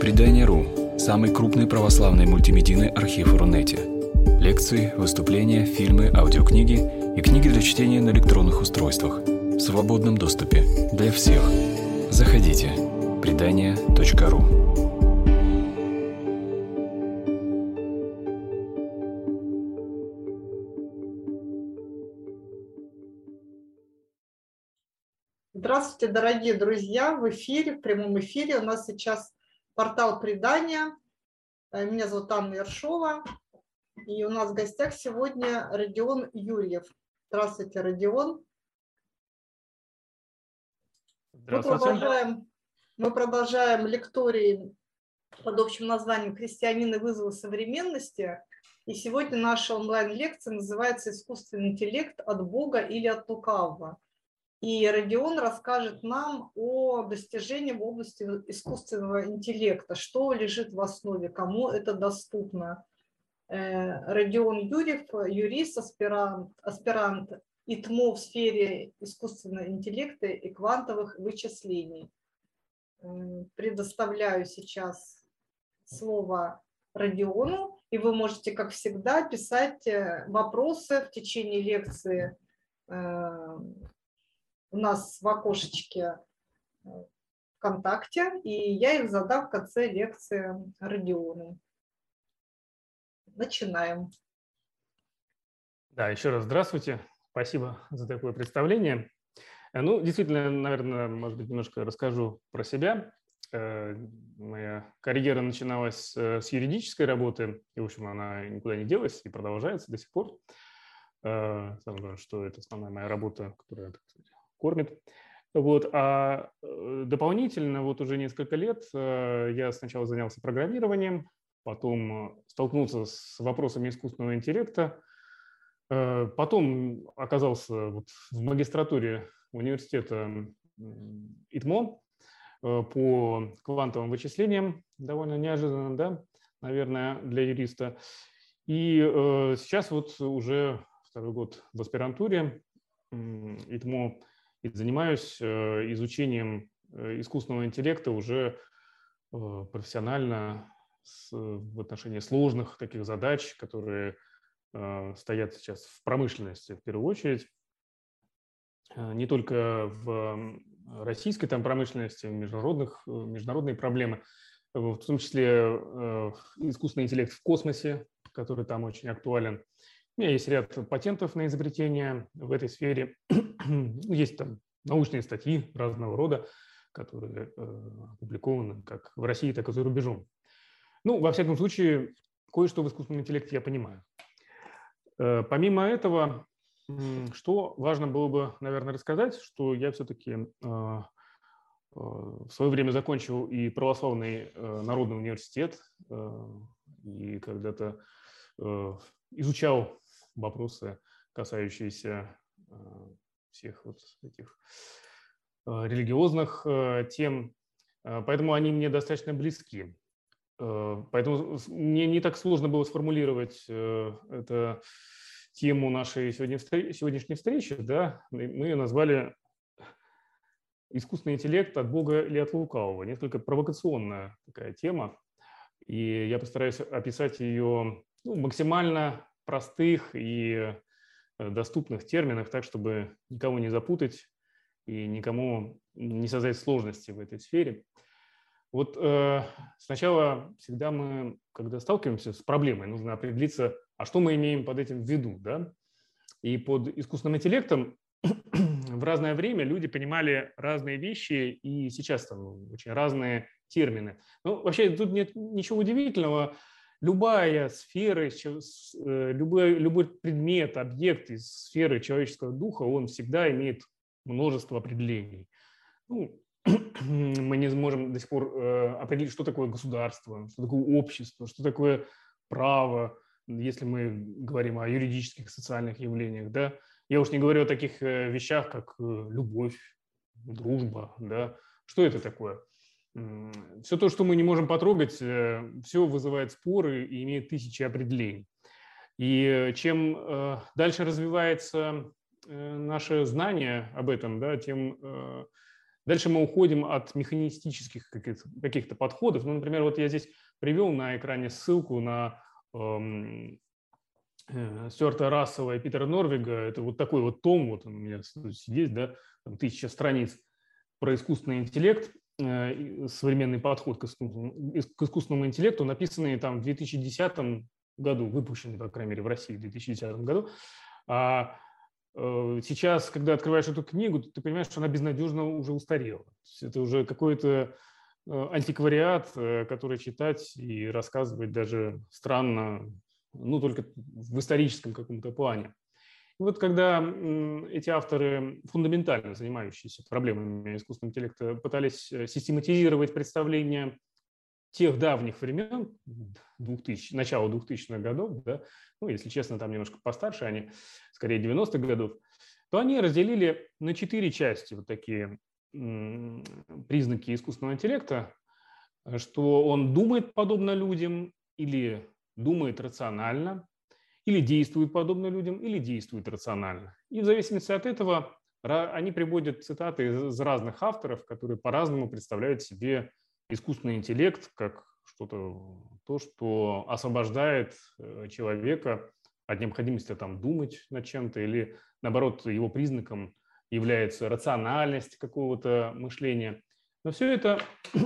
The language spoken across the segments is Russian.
Предание.ру – самый крупный православный мультимедийный архив в Рунете. Лекции, выступления, фильмы, аудиокниги и книги для чтения на электронных устройствах в свободном доступе для всех. Заходите. Предание.ру. Здравствуйте, дорогие друзья! В эфире, в прямом эфире у нас сейчас портал Предания. Меня зовут Анна Ершова. И у нас в гостях сегодня Родион Юрьев. Здравствуйте, Родион. Здравствуйте. Мы продолжаем лектории под общим названием «Христианин и вызовы современности». И сегодня наша онлайн-лекция называется «Искусственный интеллект от Бога или от лукавого». И Родион расскажет нам о достижении в области искусственного интеллекта, что лежит в основе, кому это доступно. Родион Юрьев, юрист, аспирант ИТМО в сфере искусственного интеллекта и квантовых вычислений. Предоставляю сейчас слово Родиону, и вы можете, как всегда, писать вопросы в течение лекции у нас в окошечке ВКонтакте, и я их задам в конце лекции Родиону. Начинаем. Да, еще раз здравствуйте. Спасибо за такое представление. Ну, действительно, наверное, может быть, немножко расскажу про себя. Моя карьера начиналась с юридической работы, и, в общем, она никуда не делась и продолжается до сих пор. Самое главное, что это основная моя работа, которая, так сказать, кормит. Вот. А дополнительно, вот уже несколько лет я сначала занялся программированием, потом столкнулся с вопросами искусственного интеллекта, потом оказался вот в магистратуре университета ИТМО по квантовым вычислениям, довольно неожиданно, да, наверное, для юриста. И сейчас вот уже второй год в аспирантуре ИТМО и занимаюсь изучением искусственного интеллекта уже профессионально в отношении сложных таких задач, которые стоят сейчас в промышленности в первую очередь, не только в российской там промышленности, международные проблемы, в том числе искусственный интеллект в космосе, который там очень актуален. У меня есть ряд патентов на изобретения в этой сфере. Есть там научные статьи разного рода, которые опубликованы как в России, так и за рубежом. Ну, во всяком случае, кое-что в искусственном интеллекте я понимаю. Помимо этого, что важно было бы, наверное, рассказать, что я все-таки в свое время закончил и православный народный университет, и когда-то изучал вопросы, касающиеся всех вот этих религиозных тем, поэтому они мне достаточно близки. Поэтому мне не так сложно было сформулировать эту тему нашей сегодняшней встречи. Да? Мы ее назвали «Искусственный интеллект от Бога или от лукавого». Несколько провокационная такая тема. И я постараюсь описать ее в максимально простых и доступных терминах, так, чтобы никого не запутать и никому не создать сложности в этой сфере. Вот сначала всегда мы, когда сталкиваемся с проблемой, нужно определиться, а что мы имеем под этим в виду. Да? И под искусственным интеллектом в разное время люди понимали разные вещи, и сейчас там очень разные термины. Ну, вообще тут нет ничего удивительного. Любая сфера, любой предмет, объект из сферы человеческого духа, он всегда имеет множество определений. Ну, мы не можем до сих пор определить, что такое государство, что такое общество, что такое право, если мы говорим о юридических, социальных явлениях. Да? Я уж не говорю о таких вещах, как любовь, дружба. Да? Что это такое? Все то, что мы не можем потрогать, все вызывает споры и имеет тысячи определений. И чем дальше развивается наше знание об этом, да, тем Дальше мы уходим от механистических каких-то подходов. Ну, например, вот я здесь привел на экране ссылку на Стюарта Рассела и Питера Норвига. Это вот такой вот том, вот он у меня есть, да, там 1000 страниц про искусственный интеллект, современный подход к искусственному интеллекту, написанный там в 2010 году, выпущенный, по крайней мере, в России в 2010 году. А сейчас, когда открываешь эту книгу, ты понимаешь, что она безнадежно уже устарела. Это уже какой-то антиквариат, который читать и рассказывать даже странно, ну, только в историческом каком-то плане. И вот когда эти авторы, фундаментально занимающиеся проблемами искусственного интеллекта, пытались систематизировать представления тех давних времен, начала 2000-х годов, да, ну, если честно, там немножко постарше, они скорее 90-х годов, то они разделили на 4 части вот такие признаки искусственного интеллекта, что он думает подобно людям или думает рационально, или действует подобно людям, или действует рационально. И в зависимости от этого они приводят цитаты из разных авторов, которые по-разному представляют себе искусственный интеллект как что-то, то, что освобождает человека от необходимости там думать над чем-то, или наоборот его признаком является рациональность какого-то мышления. Но все это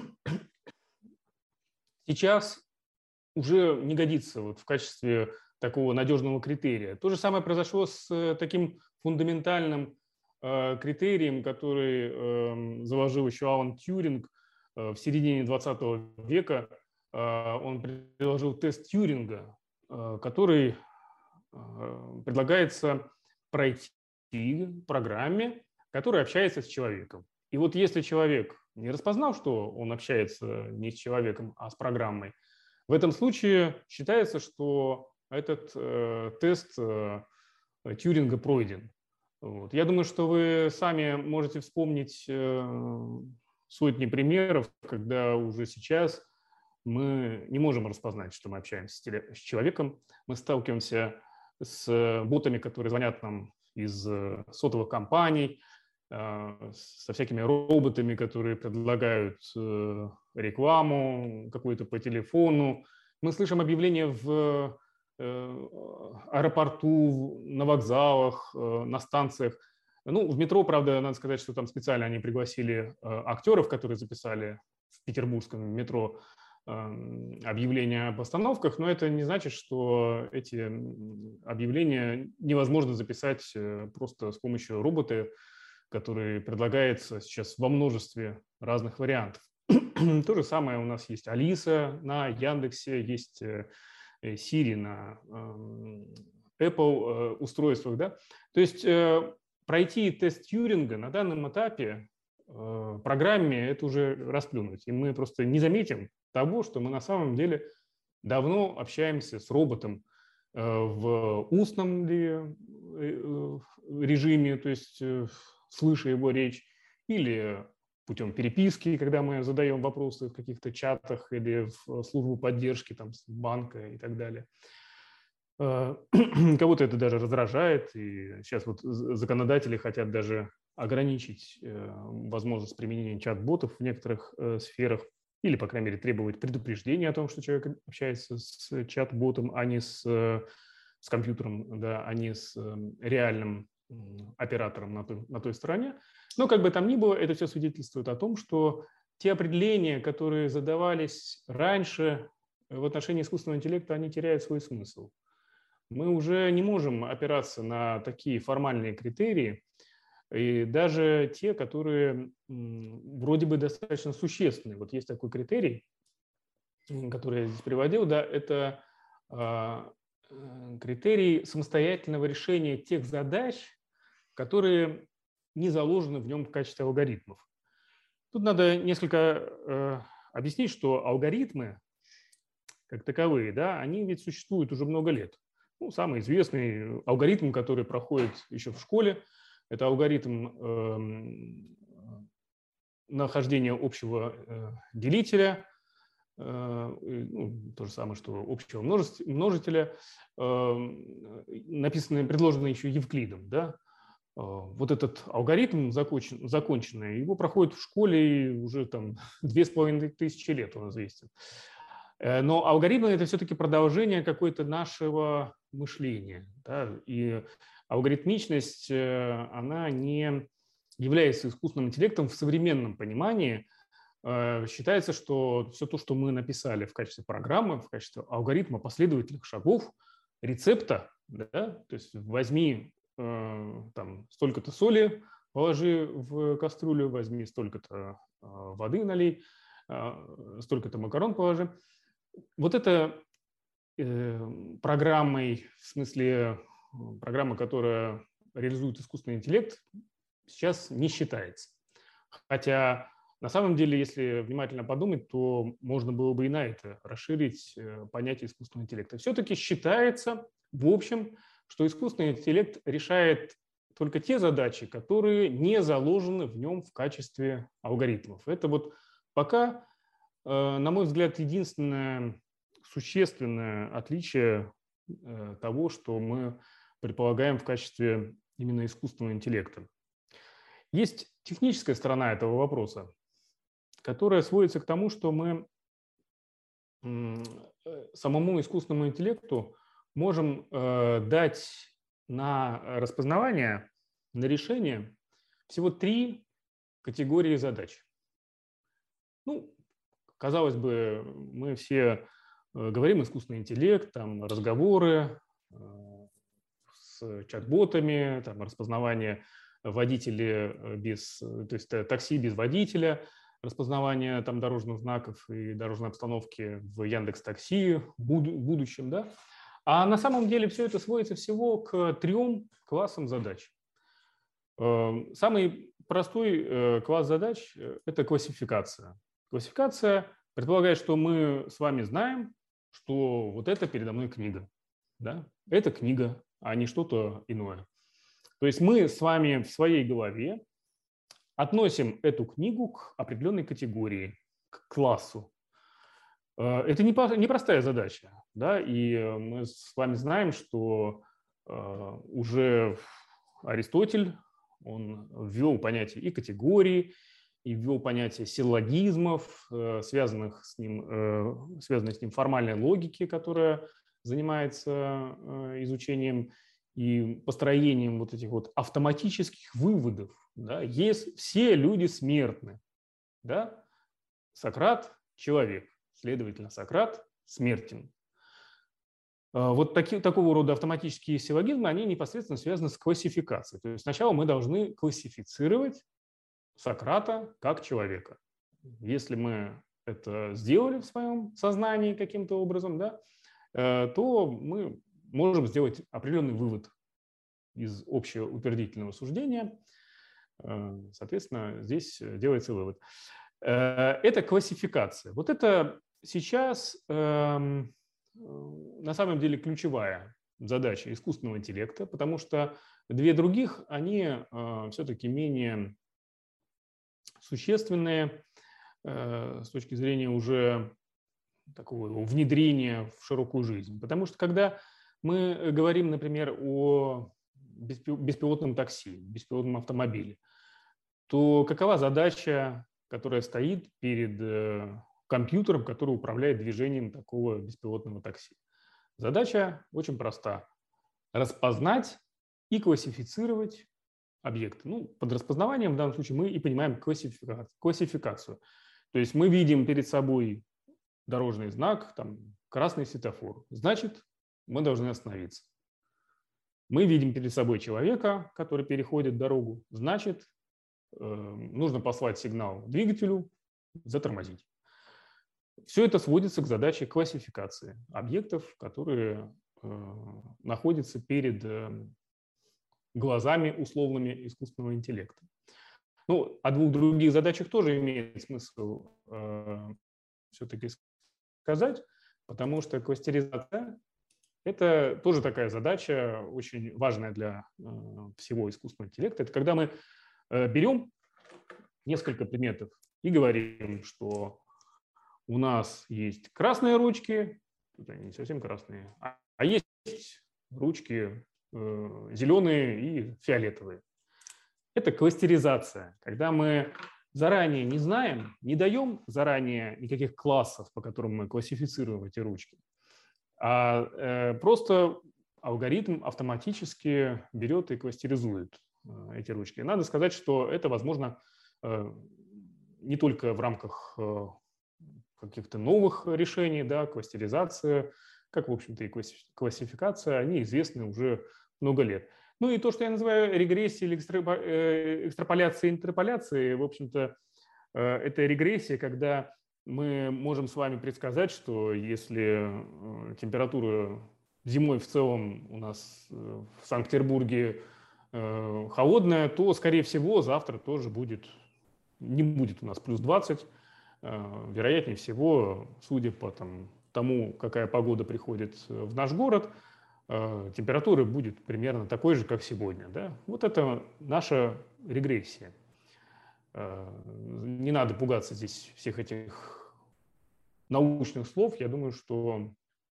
сейчас уже не годится вот в качестве такого надежного критерия. То же самое произошло с таким фундаментальным критерием, который заложил еще Алан Тьюринг в середине 20 века. Он предложил тест Тьюринга, который предлагается пройти программе, которая общается с человеком. И вот если человек не распознал, что он общается не с человеком, а с программой, в этом случае считается, что этот тест Тьюринга пройден. Вот. Я думаю, что вы сами можете вспомнить сотни примеров, когда уже сейчас мы не можем распознать, что мы общаемся с человеком. Мы сталкиваемся с ботами, которые звонят нам из сотовых компаний, со всякими роботами, которые предлагают рекламу какую-то по телефону. Мы слышим объявления в аэропорту, на вокзалах, на станциях. Ну, в метро, правда, надо сказать, что там специально они пригласили актеров, которые записали в петербургском метро объявления об остановках, но это не значит, что эти объявления невозможно записать просто с помощью робота, который предлагается сейчас во множестве разных вариантов. То же самое у нас есть Алиса на Яндексе, есть Siri на Apple устройствах. Да? То есть пройти тест Тьюринга на данном этапе программе это уже расплюнуть. И мы просто не заметим того, что мы на самом деле давно общаемся с роботом в устном режиме, то есть слыша его речь, или путем переписки, когда мы задаем вопросы в каких-то чатах или в службу поддержки там, банка и так далее. Кого-то это даже раздражает, и сейчас вот законодатели хотят даже ограничить возможность применения чат-ботов в некоторых сферах, или, по крайней мере, требовать предупреждения о том, что человек общается с чат-ботом, а не с компьютером, да, а не с реальным оператором на той стороне. Но как бы там ни было, это все свидетельствует о том, что те определения, которые задавались раньше в отношении искусственного интеллекта, они теряют свой смысл. Мы уже не можем опираться на такие формальные критерии, и даже те, которые вроде бы достаточно существенны. Вот есть такой критерий, который я здесь приводил, да, это критерий самостоятельного решения тех задач, которые не заложены в нем в качестве алгоритмов. Тут надо несколько объяснить, что алгоритмы, как таковые, да, они ведь существуют уже много лет. Ну, самый известный алгоритм, который проходит еще в школе, это алгоритм нахождения общего делителя, то же самое, что общего множителя, предложенный еще Евклидом. Да? вот этот алгоритм законченный, его проходит в школе и уже там 2500 лет он известен. Но алгоритмы – это все-таки продолжение какое-то нашего мышления. Да? И алгоритмичность, она не является искусственным интеллектом в современном понимании. Считается, что все то, что мы написали в качестве программы, в качестве алгоритма последовательных шагов, рецепта, да? То есть возьми там столько-то соли, положи в кастрюлю, возьми столько-то воды налей, столько-то макарон положи. Вот это программой, в смысле программа, которая реализует искусственный интеллект, сейчас не считается. Хотя на самом деле, если внимательно подумать, то можно было бы и на это расширить понятие искусственного интеллекта. Все-таки считается, в общем, что искусственный интеллект решает только те задачи, которые не заложены в нем в качестве алгоритмов. Это вот пока, на мой взгляд, единственное существенное отличие того, что мы предполагаем в качестве именно искусственного интеллекта. Есть техническая сторона этого вопроса, которая сводится к тому, что мы самому искусственному интеллекту можем дать на распознавание, на решение всего 3 категории задач. Ну, казалось бы, мы все говорим искусственный интеллект, там разговоры с чат-ботами, там распознавание водителя то есть такси без водителя, распознавание там дорожных знаков и дорожной обстановки в Яндекс.Такси в будущем, да? А на самом деле все это сводится всего к 3 классам задач. Самый простой класс задач – это классификация. Классификация предполагает, что мы с вами знаем, что вот это передо мной книга. Да? Это книга, а не что-то иное. То есть мы с вами в своей голове относим эту книгу к определенной категории, к классу. Это непростая задача. Да? И мы с вами знаем, что уже Аристотель, он ввел понятие и категории, и ввел понятие силлогизмов, связанных с ним формальной логики, которая занимается изучением и построением вот этих вот автоматических выводов. Да? Все люди смертны. Да? Сократ – человек, следовательно, Сократ смертен. Вот такого рода автоматические силлогизмы, они непосредственно связаны с классификацией. То есть сначала мы должны классифицировать Сократа как человека. Если мы это сделали в своем сознании каким-то образом, да, то мы можем сделать определенный вывод из общего утвердительного суждения. Соответственно, здесь делается вывод. Это классификация. Вот это сейчас на самом деле ключевая задача искусственного интеллекта, потому что 2 других, они все-таки менее существенные с точки зрения уже такого внедрения в широкую жизнь. Потому что когда мы говорим, например, о беспилотном такси, беспилотном автомобиле, то какова задача, которая стоит перед компьютером, который управляет движением такого беспилотного такси? Задача очень проста. Распознать и классифицировать объекты. Ну, под распознаванием в данном случае мы и понимаем классификацию. То есть мы видим перед собой дорожный знак, там, красный светофор. Значит, мы должны остановиться. Мы видим перед собой человека, который переходит дорогу. Значит, нужно послать сигнал двигателю затормозить. Все это сводится к задаче классификации объектов, которые находятся перед глазами условными искусственного интеллекта. Ну, о 2 других задачах тоже имеет смысл все-таки сказать, потому что кластеризация – это тоже такая задача, очень важная для всего искусственного интеллекта. Это когда мы берем несколько предметов и говорим, что у нас есть красные ручки, тут они не совсем красные, а есть ручки зеленые и фиолетовые. Это кластеризация, когда мы заранее не знаем, не даем заранее никаких классов, по которым мы классифицируем эти ручки, а просто алгоритм автоматически берет и кластеризует эти ручки. Надо сказать, что это возможно не только в рамках каких-то новых решений, да, кластеризация, как, в общем-то, и классификация, они известны уже много лет. Ну и то, что я называю регрессией или экстраполяцией, интерполяцией, в общем-то, это регрессия, когда мы можем с вами предсказать, что если температура зимой в целом у нас в Санкт-Петербурге холодная, то, скорее всего, завтра тоже не будет у нас плюс 20. Вероятнее всего, судя по тому, какая погода приходит в наш город, температура будет примерно такой же, как сегодня. Да? Вот это наша регрессия. Не надо пугаться здесь всех этих научных слов. Я думаю, что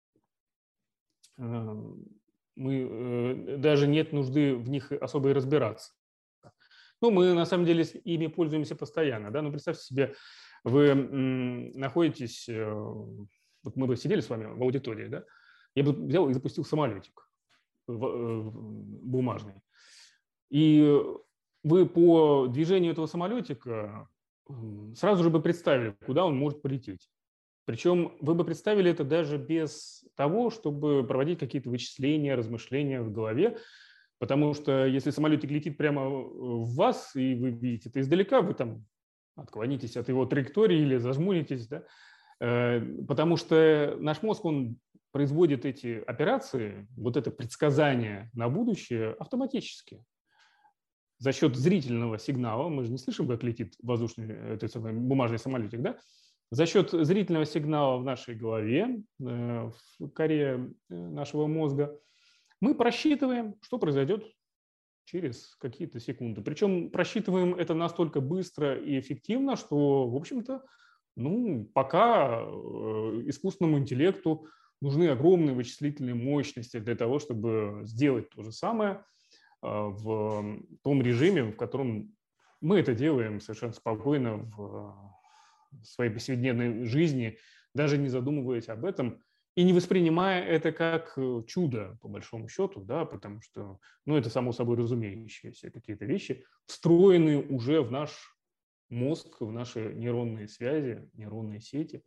даже нет нужды в них особо и разбираться. Ну, мы на самом деле ими пользуемся постоянно. Да? Ну, представьте себе, вы находитесь, вот мы бы сидели с вами в аудитории, да? Я бы взял и запустил самолетик бумажный. И вы по движению этого самолетика сразу же бы представили, куда он может полететь. Причем вы бы представили это даже без того, чтобы проводить какие-то вычисления, размышления в голове. Потому что если самолетик летит прямо в вас, и вы видите это издалека, вы там отклонитесь от его траектории или зажмуритесь, да? Потому что наш мозг, он производит эти операции, вот это предсказание на будущее автоматически. За счет зрительного сигнала, мы же не слышим, как летит воздушный, бумажный самолетик, да? За счет зрительного сигнала в нашей голове, в коре нашего мозга, мы просчитываем, что произойдет через какие-то секунды. Причем просчитываем это настолько быстро и эффективно, что, в общем-то, пока искусственному интеллекту нужны огромные вычислительные мощности для того, чтобы сделать то же самое в том режиме, в котором мы это делаем совершенно спокойно в своей повседневной жизни, даже не задумываясь об этом и не воспринимая это как чудо, по большому счету, да, потому что это само собой разумеющиеся какие-то вещи, встроенные уже в наш мозг, в наши нейронные связи, нейронные сети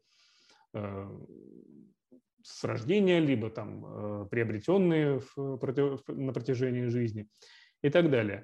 с рождения, либо приобретенные на протяжении жизни и так далее.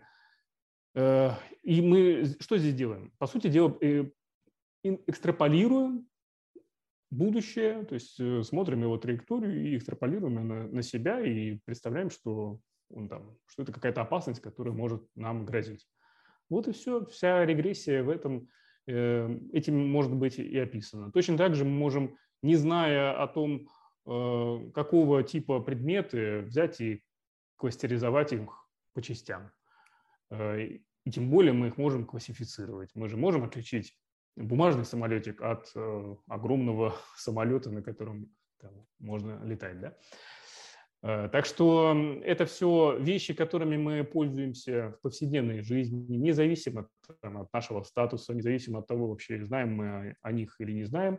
И мы что здесь делаем? По сути дела, экстраполируем будущее, то есть смотрим его траекторию и экстраполируем ее на себя и представляем, что это какая-то опасность, которая может нам грозить. Вот и все. Вся регрессия в этом, этим может быть и описана. Точно так же мы можем, не зная о том, какого типа предметы, взять и кластеризовать их по частям. И тем более мы их можем классифицировать. Мы же можем отличить бумажный самолетик от огромного самолета, на котором можно летать. Да? Так что это все вещи, которыми мы пользуемся в повседневной жизни, независимо от нашего статуса, независимо от того, вообще знаем мы о них или не знаем.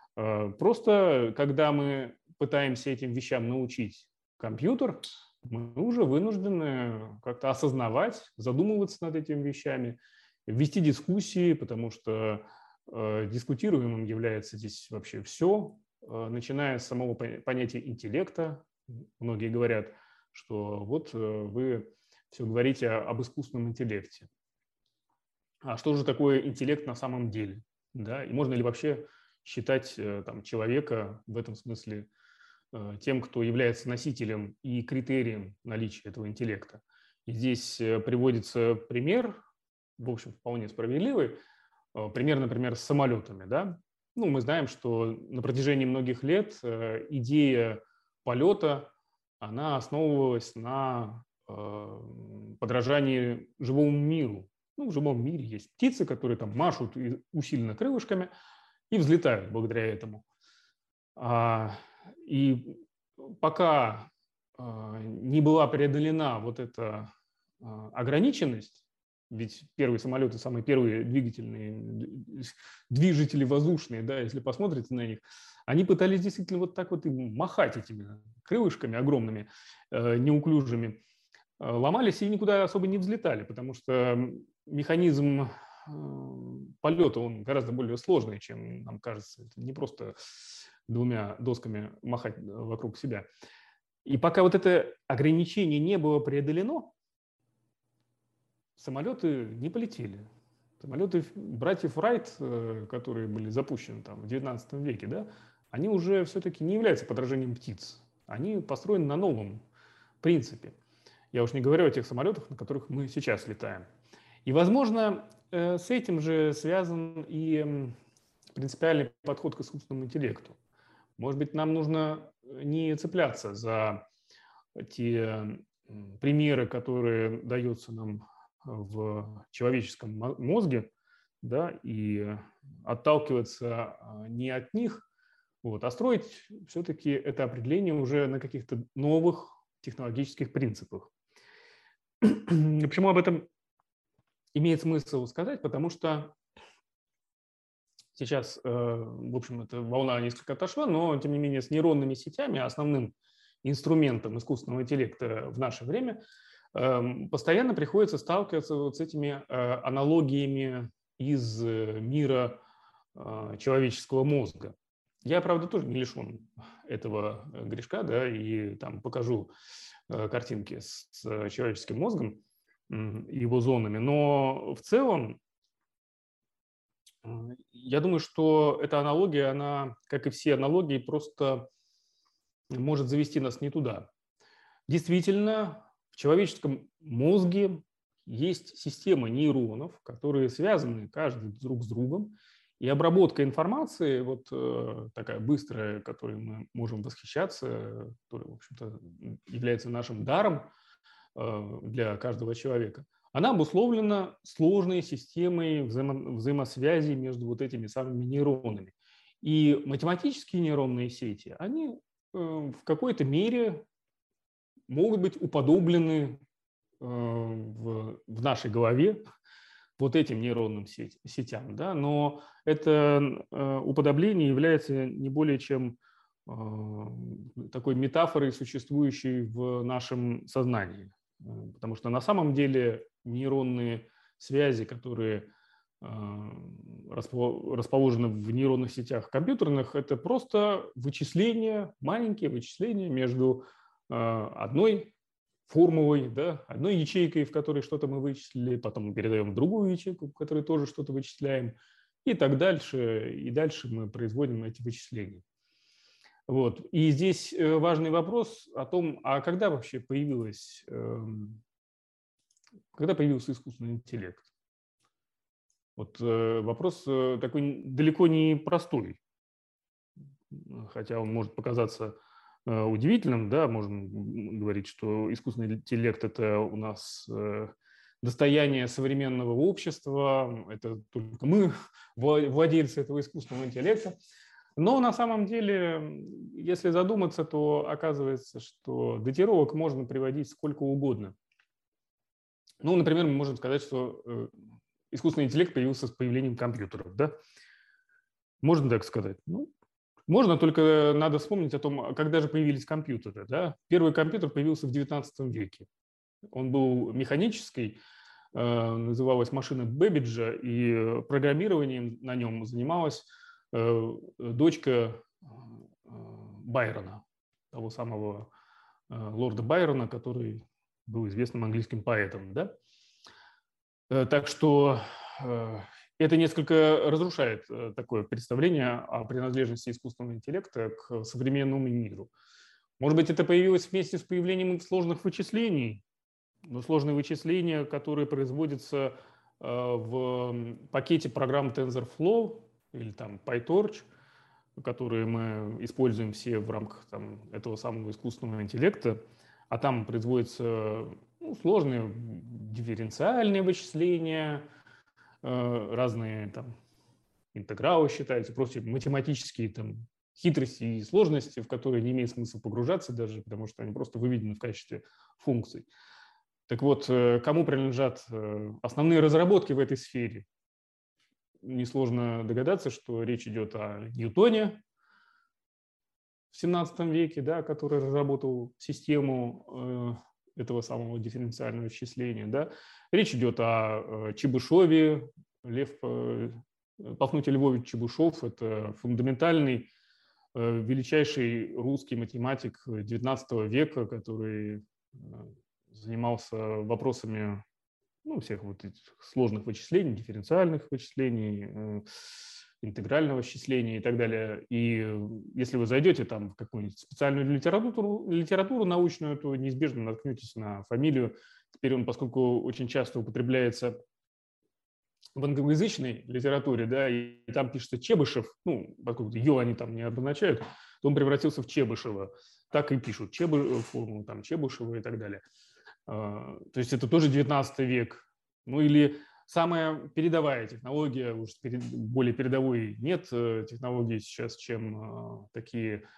Просто когда мы пытаемся этим вещам научить компьютер, мы уже вынуждены как-то осознавать, задумываться над этими вещами, вести дискуссии, потому что дискутируемым является здесь вообще все, начиная с самого понятия интеллекта. Многие говорят, что вот вы все говорите об искусственном интеллекте. А что же такое интеллект на самом деле? Да? И можно ли вообще считать человека в этом смысле тем, кто является носителем и критерием наличия этого интеллекта? И здесь приводится пример, в общем, вполне справедливый, пример, например, с самолетами. Да? Мы знаем, что на протяжении многих лет идея полета, она основывалась на подражании живому миру. В живом мире есть птицы, которые машут усиленно крылышками и взлетают благодаря этому. И пока не была преодолена вот эта ограниченность, ведь первые самолеты, самые первые движители воздушные, да, если посмотрите на них, они пытались действительно вот так вот и махать этими крылышками огромными, неуклюжими, ломались и никуда особо не взлетали, потому что механизм полета, он гораздо более сложный, чем нам кажется. Это не просто двумя досками махать вокруг себя. И пока вот это ограничение не было преодолено, самолеты не полетели. Самолеты братьев Райт, которые были запущены там в 19 веке, да, они уже все-таки не являются подражанием птиц. Они построены на новом принципе. Я уж не говорю о тех самолетах, на которых мы сейчас летаем. И, возможно, с этим же связан и принципиальный подход к искусственному интеллекту. Может быть, нам нужно не цепляться за те примеры, которые даются нам в человеческом мозге, да, и отталкиваться не от них, вот, а строить все-таки это определение уже на каких-то новых технологических принципах. Почему об этом имеет смысл сказать? Потому что сейчас, в общем, эта волна несколько отошла, но, тем не менее, с нейронными сетями, основным инструментом искусственного интеллекта в наше время, постоянно приходится сталкиваться вот с этими аналогиями из мира человеческого мозга. Я, правда, тоже не лишен этого грешка, да, и там покажу картинки с человеческим мозгом, его зонами, но в целом я думаю, что эта аналогия, она, как и все аналогии, просто может завести нас не туда. Действительно, в человеческом мозге есть система нейронов, которые связаны каждый друг с другом, и обработка информации, вот такая быстрая, которой мы можем восхищаться, которая, в общем-то, является нашим даром для каждого человека, она обусловлена сложной системой взаимосвязи между вот этими самыми нейронами. И математические нейронные сети, они в какой-то мере могут быть уподоблены в нашей голове вот этим нейронным сетям, да? Но это уподобление является не более чем такой метафорой, существующей в нашем сознании. Потому что на самом деле нейронные связи, которые расположены в нейронных сетях компьютерных, это просто вычисления, маленькие вычисления между одной формулой, да, одной ячейкой, в которой что-то мы вычислили, потом мы передаем в другую ячейку, в которой тоже что-то вычисляем, и так дальше. И дальше мы производим эти вычисления. Вот. И здесь важный вопрос о том, а когда вообще появился искусственный интеллект? Вот вопрос такой далеко не простой, хотя он может показаться удивительным, да, можем говорить, что искусственный интеллект – это у нас достояние современного общества, это только мы владельцы этого искусственного интеллекта. Но на самом деле, если задуматься, то оказывается, что датировок можно приводить сколько угодно. Ну, например, мы можем сказать, что искусственный интеллект появился с появлением компьютеров, да? Можно так сказать? Ну, можно, только надо вспомнить о том, когда же появились компьютеры, да? Первый компьютер появился в XIX веке. Он был механический, называлась машина Бэббиджа, и программированием на нем занималась дочка Байрона, того самого лорда Байрона, который был известным английским поэтом, да? Так что это несколько разрушает такое представление о принадлежности искусственного интеллекта к современному миру. Может быть, это появилось вместе с появлением сложных вычислений, но сложные вычисления, которые производятся в пакете программ TensorFlow или там PyTorch, которые мы используем все в рамках там, этого самого искусственного интеллекта, а там производятся сложные дифференциальные вычисления, разные там интегралы считаются, просто математические там хитрости и сложности, в которые не имеет смысла погружаться даже, потому что они просто выведены в качестве функций. Так вот, кому принадлежат основные разработки в этой сфере? Несложно догадаться, что речь идет о Ньютоне в 17 веке, да, который разработал систему этого самого дифференциального исчисления. Да. Речь идет о Чебышеве, Пафнутий Львович Чебышев – это фундаментальный, величайший русский математик XIX века, который занимался вопросами всех вот этих сложных вычислений, дифференциальных вычислений, интегрального исчисления и так далее. И если вы зайдете там в какую-нибудь специальную литературу научную, то неизбежно наткнетесь на фамилию. Теперь он, поскольку очень часто употребляется в англоязычной литературе, да, и там пишется Чебышев, поскольку «ё» они там не обозначают, то он превратился в Чебышева. Так и пишут формулу там Чебышева и так далее. То есть это тоже 19 век. Или самая передовая технология, уж более передовой нет технологий сейчас, чем такие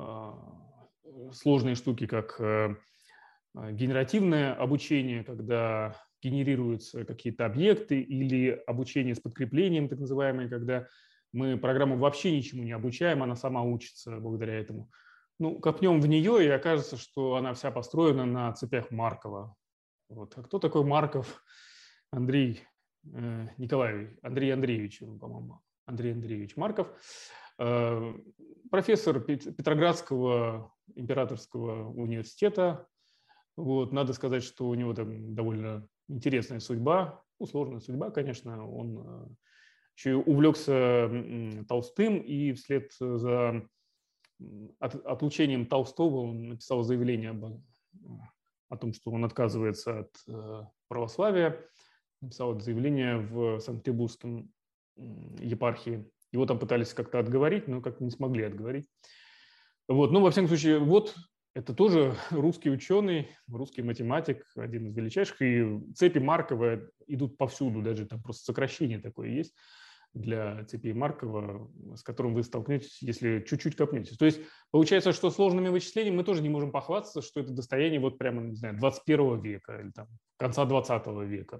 сложные штуки, как генеративное обучение, когда генерируются какие-то объекты, или обучение с подкреплением, так называемое, когда мы программу вообще ничему не обучаем, она сама учится благодаря этому. Копнем в нее, и окажется, что она вся построена на цепях Маркова. Вот. А кто такой Марков? Андрей Андреевич, по-моему, Андрей Андреевич Марков, профессор Петроградского императорского университета. Вот. Надо сказать, что у него там довольно интересная судьба, сложная судьба, конечно. Он еще и увлекся Толстым, и вслед за отлучением Толстого он написал заявление о том, что он отказывается от православия. Написал это заявление в Санкт-Петербургском епархии. Его там пытались как-то отговорить, но как-то не смогли отговорить. Вот. Во всяком случае, вот это тоже русский ученый, русский математик, один из величайших. И цепи Маркова идут повсюду, даже там просто сокращение такое есть для цепи Маркова, с которым вы столкнетесь, если чуть-чуть копнетесь. То есть получается, что сложными вычислениями мы тоже не можем похвастаться, что это достояние вот прямо, не знаю, 21 века или там конца 20 века.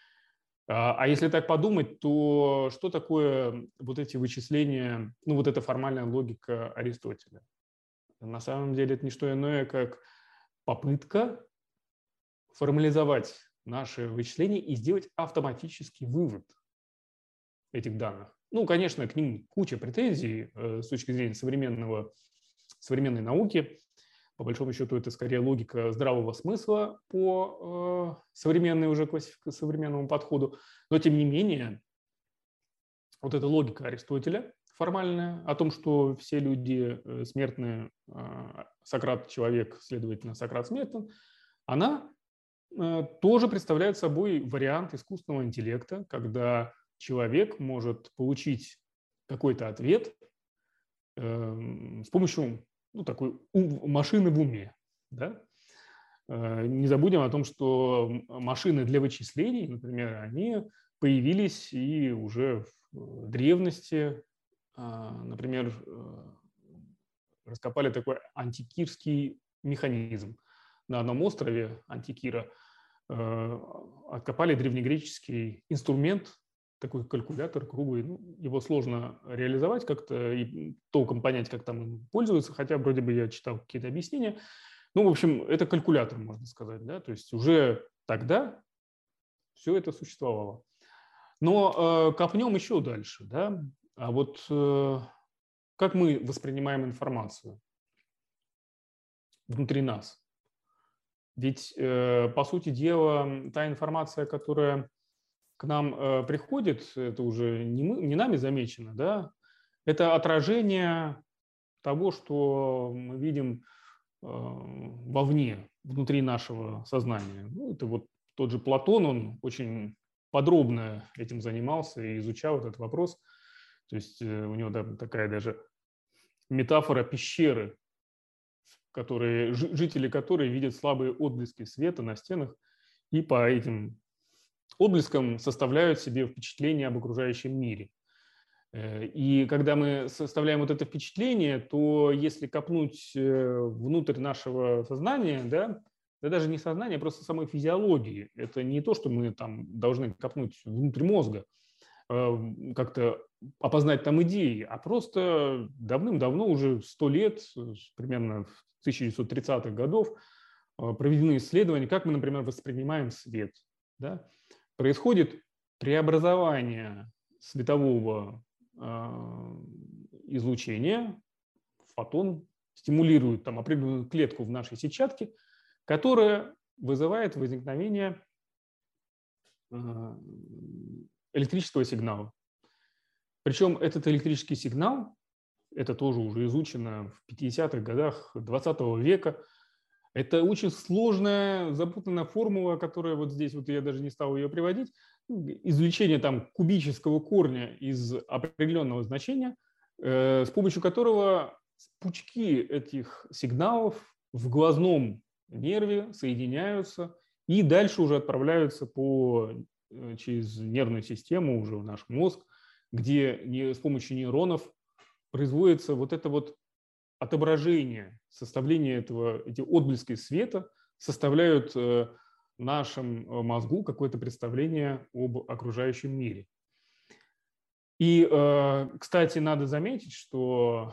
А если так подумать, то что такое вот эти вычисления, вот эта формальная логика Аристотеля? На самом деле это не что иное, как попытка формализовать наши вычисления и сделать автоматический вывод этих данных. Конечно, к ним куча претензий с точки зрения современной науки. По большому счету, это скорее логика здравого смысла по современному подходу. Но, тем не менее, вот эта логика Аристотеля формальная о том, что все люди смертны, Сократ – человек, следовательно, Сократ смертен, она тоже представляет собой вариант искусственного интеллекта, когда человек может получить какой-то ответ с помощью такой машины в уме. Да? Не забудем о том, что машины для вычислений, например, они появились и уже в древности. Например, раскопали такой антикирский механизм. На одном острове Антикира откопали древнегреческий инструмент, такой калькулятор круглый. Его сложно реализовать как-то и толком понять, как там им пользуются, хотя вроде бы я читал какие-то объяснения. В общем, это калькулятор, можно сказать. Да? То есть уже тогда все это существовало. Но копнем еще дальше. Да? А вот как мы воспринимаем информацию внутри нас? Ведь, по сути дела, та информация, которая к нам приходит, это уже не нами замечено, да? Это отражение того, что мы видим вовне, внутри нашего сознания. Это вот тот же Платон, он очень подробно этим занимался и изучал этот вопрос. То есть у него такая даже метафора пещеры, жители которой видят слабые отблески света на стенах и по этим отблескам составляют себе впечатление об окружающем мире. И когда мы составляем вот это впечатление, то если копнуть внутрь нашего сознания, да, да даже не сознания, а просто самой физиологии. Это не то, что мы там должны копнуть внутрь мозга, как-то опознать там идеи, а просто давным-давно, уже 100 лет, примерно в 1930-х годов, проведены исследования, как мы, например, воспринимаем свет. Да? Происходит преобразование светового излучения, фотон стимулирует там определенную клетку в нашей сетчатке, которая вызывает возникновение электрического сигнала. Причем этот электрический сигнал, это тоже уже изучено в 50-х годах 20 века, это очень сложная, запутанная формула, которая вот здесь, вот я даже не стал ее приводить, извлечение там кубического корня из определенного значения, с помощью которого пучки этих сигналов в глазном нерве соединяются и дальше уже отправляются через нервную систему уже в наш мозг, где с помощью нейронов производится вот это вот отображение, составление эти отблески света составляют в нашем мозгу какое-то представление об окружающем мире. И, кстати, надо заметить, что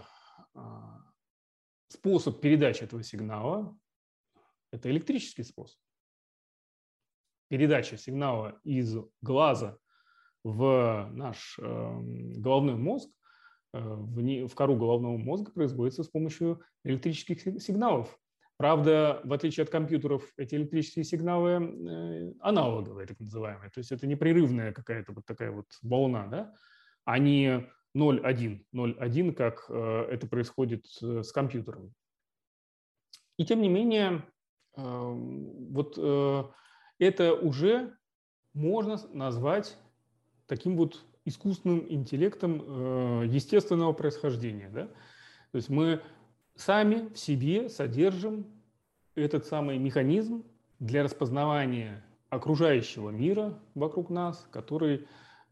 способ передачи этого сигнала – это электрический способ. Передача сигнала из глаза в наш головной мозг, в кору головного мозга производится с помощью электрических сигналов. Правда, в отличие от компьютеров, эти электрические сигналы аналоговые, так называемые. То есть это непрерывная какая-то вот такая вот волна, да? А не 0,1, как это происходит с компьютером. И тем не менее, вот это уже можно назвать таким вот искусственным интеллектом естественного происхождения. Да? То есть мы сами в себе содержим этот самый механизм для распознавания окружающего мира вокруг нас, который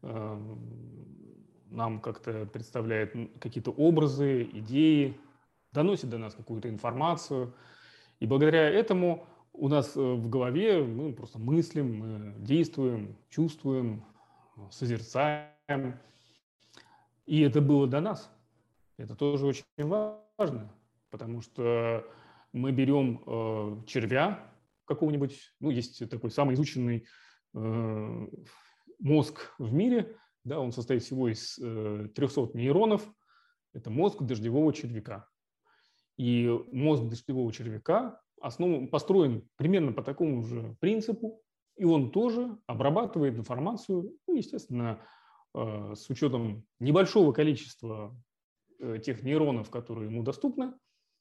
нам как-то представляет какие-то образы, идеи, доносит до нас какую-то информацию. И благодаря этому у нас в голове мы просто мыслим, мы действуем, чувствуем, созерцаем. И это было до нас. Это тоже очень важно, потому что мы берем червя какого-нибудь, ну, есть такой самый изученный мозг в мире, да, он состоит всего из 300 нейронов, это мозг дождевого червяка. И мозг дождевого червяка построен примерно по такому же принципу, и он тоже обрабатывает информацию, ну, естественно, с учетом небольшого количества тех нейронов, которые ему доступны,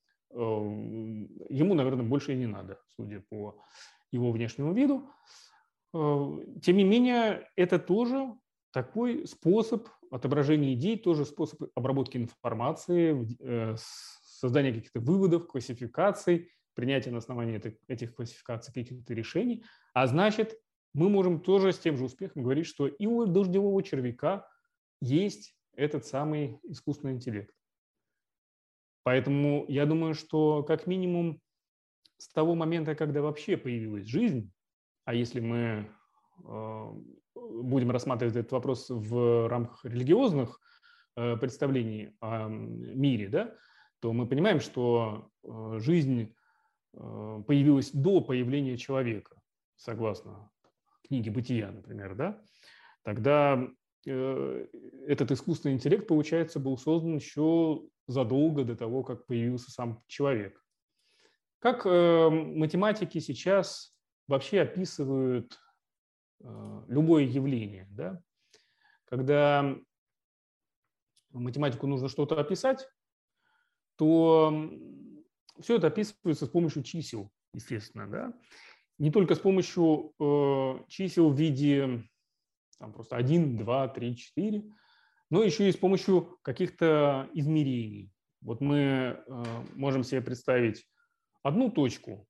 ему, наверное, больше и не надо, судя по его внешнему виду. Тем не менее, это тоже такой способ отображения идей, тоже способ обработки информации, создания каких-то выводов, классификаций, принятия на основании этих классификаций каких-то решений. А значит, мы можем тоже с тем же успехом говорить, что и у дождевого червяка есть этот самый искусственный интеллект. Поэтому я думаю, что как минимум с того момента, когда вообще появилась жизнь, а если мы будем рассматривать этот вопрос в рамках религиозных представлений о мире, да, то мы понимаем, что жизнь появилась до появления человека, согласно книге «Бытия», например, да, тогда этот искусственный интеллект, получается, был создан еще задолго до того, как появился сам человек. Как математики сейчас вообще описывают любое явление, да? Когда математику нужно что-то описать, то все это описывается с помощью чисел, естественно, да? Не только с помощью чисел в виде там, просто 1, 2, 3, 4, но еще и с помощью каких-то измерений. Вот мы можем себе представить одну точку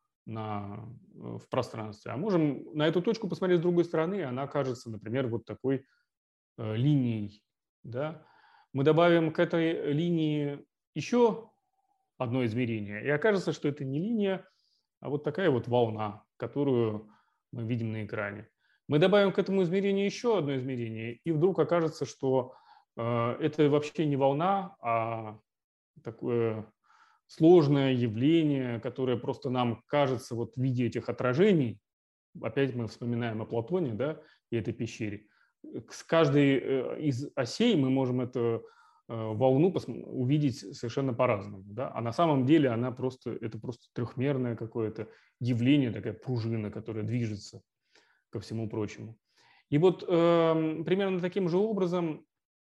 в пространстве, а можем на эту точку посмотреть с другой стороны, и она окажется, например, вот такой линией. Да? Мы добавим к этой линии еще одно измерение, и окажется, что это не линия, а вот такая вот волна, которую мы видим на экране. Мы добавим к этому измерению еще одно измерение, и вдруг окажется, что это вообще не волна, а такое сложное явление, которое просто нам кажется вот в виде этих отражений. Опять мы вспоминаем о Платоне, да, и этой пещере. С каждой из осей мы можем эту волну увидеть совершенно по-разному. Да? А на самом деле это просто трехмерное какое-то явление, такая пружина, которая движется ко всему прочему. И вот примерно таким же образом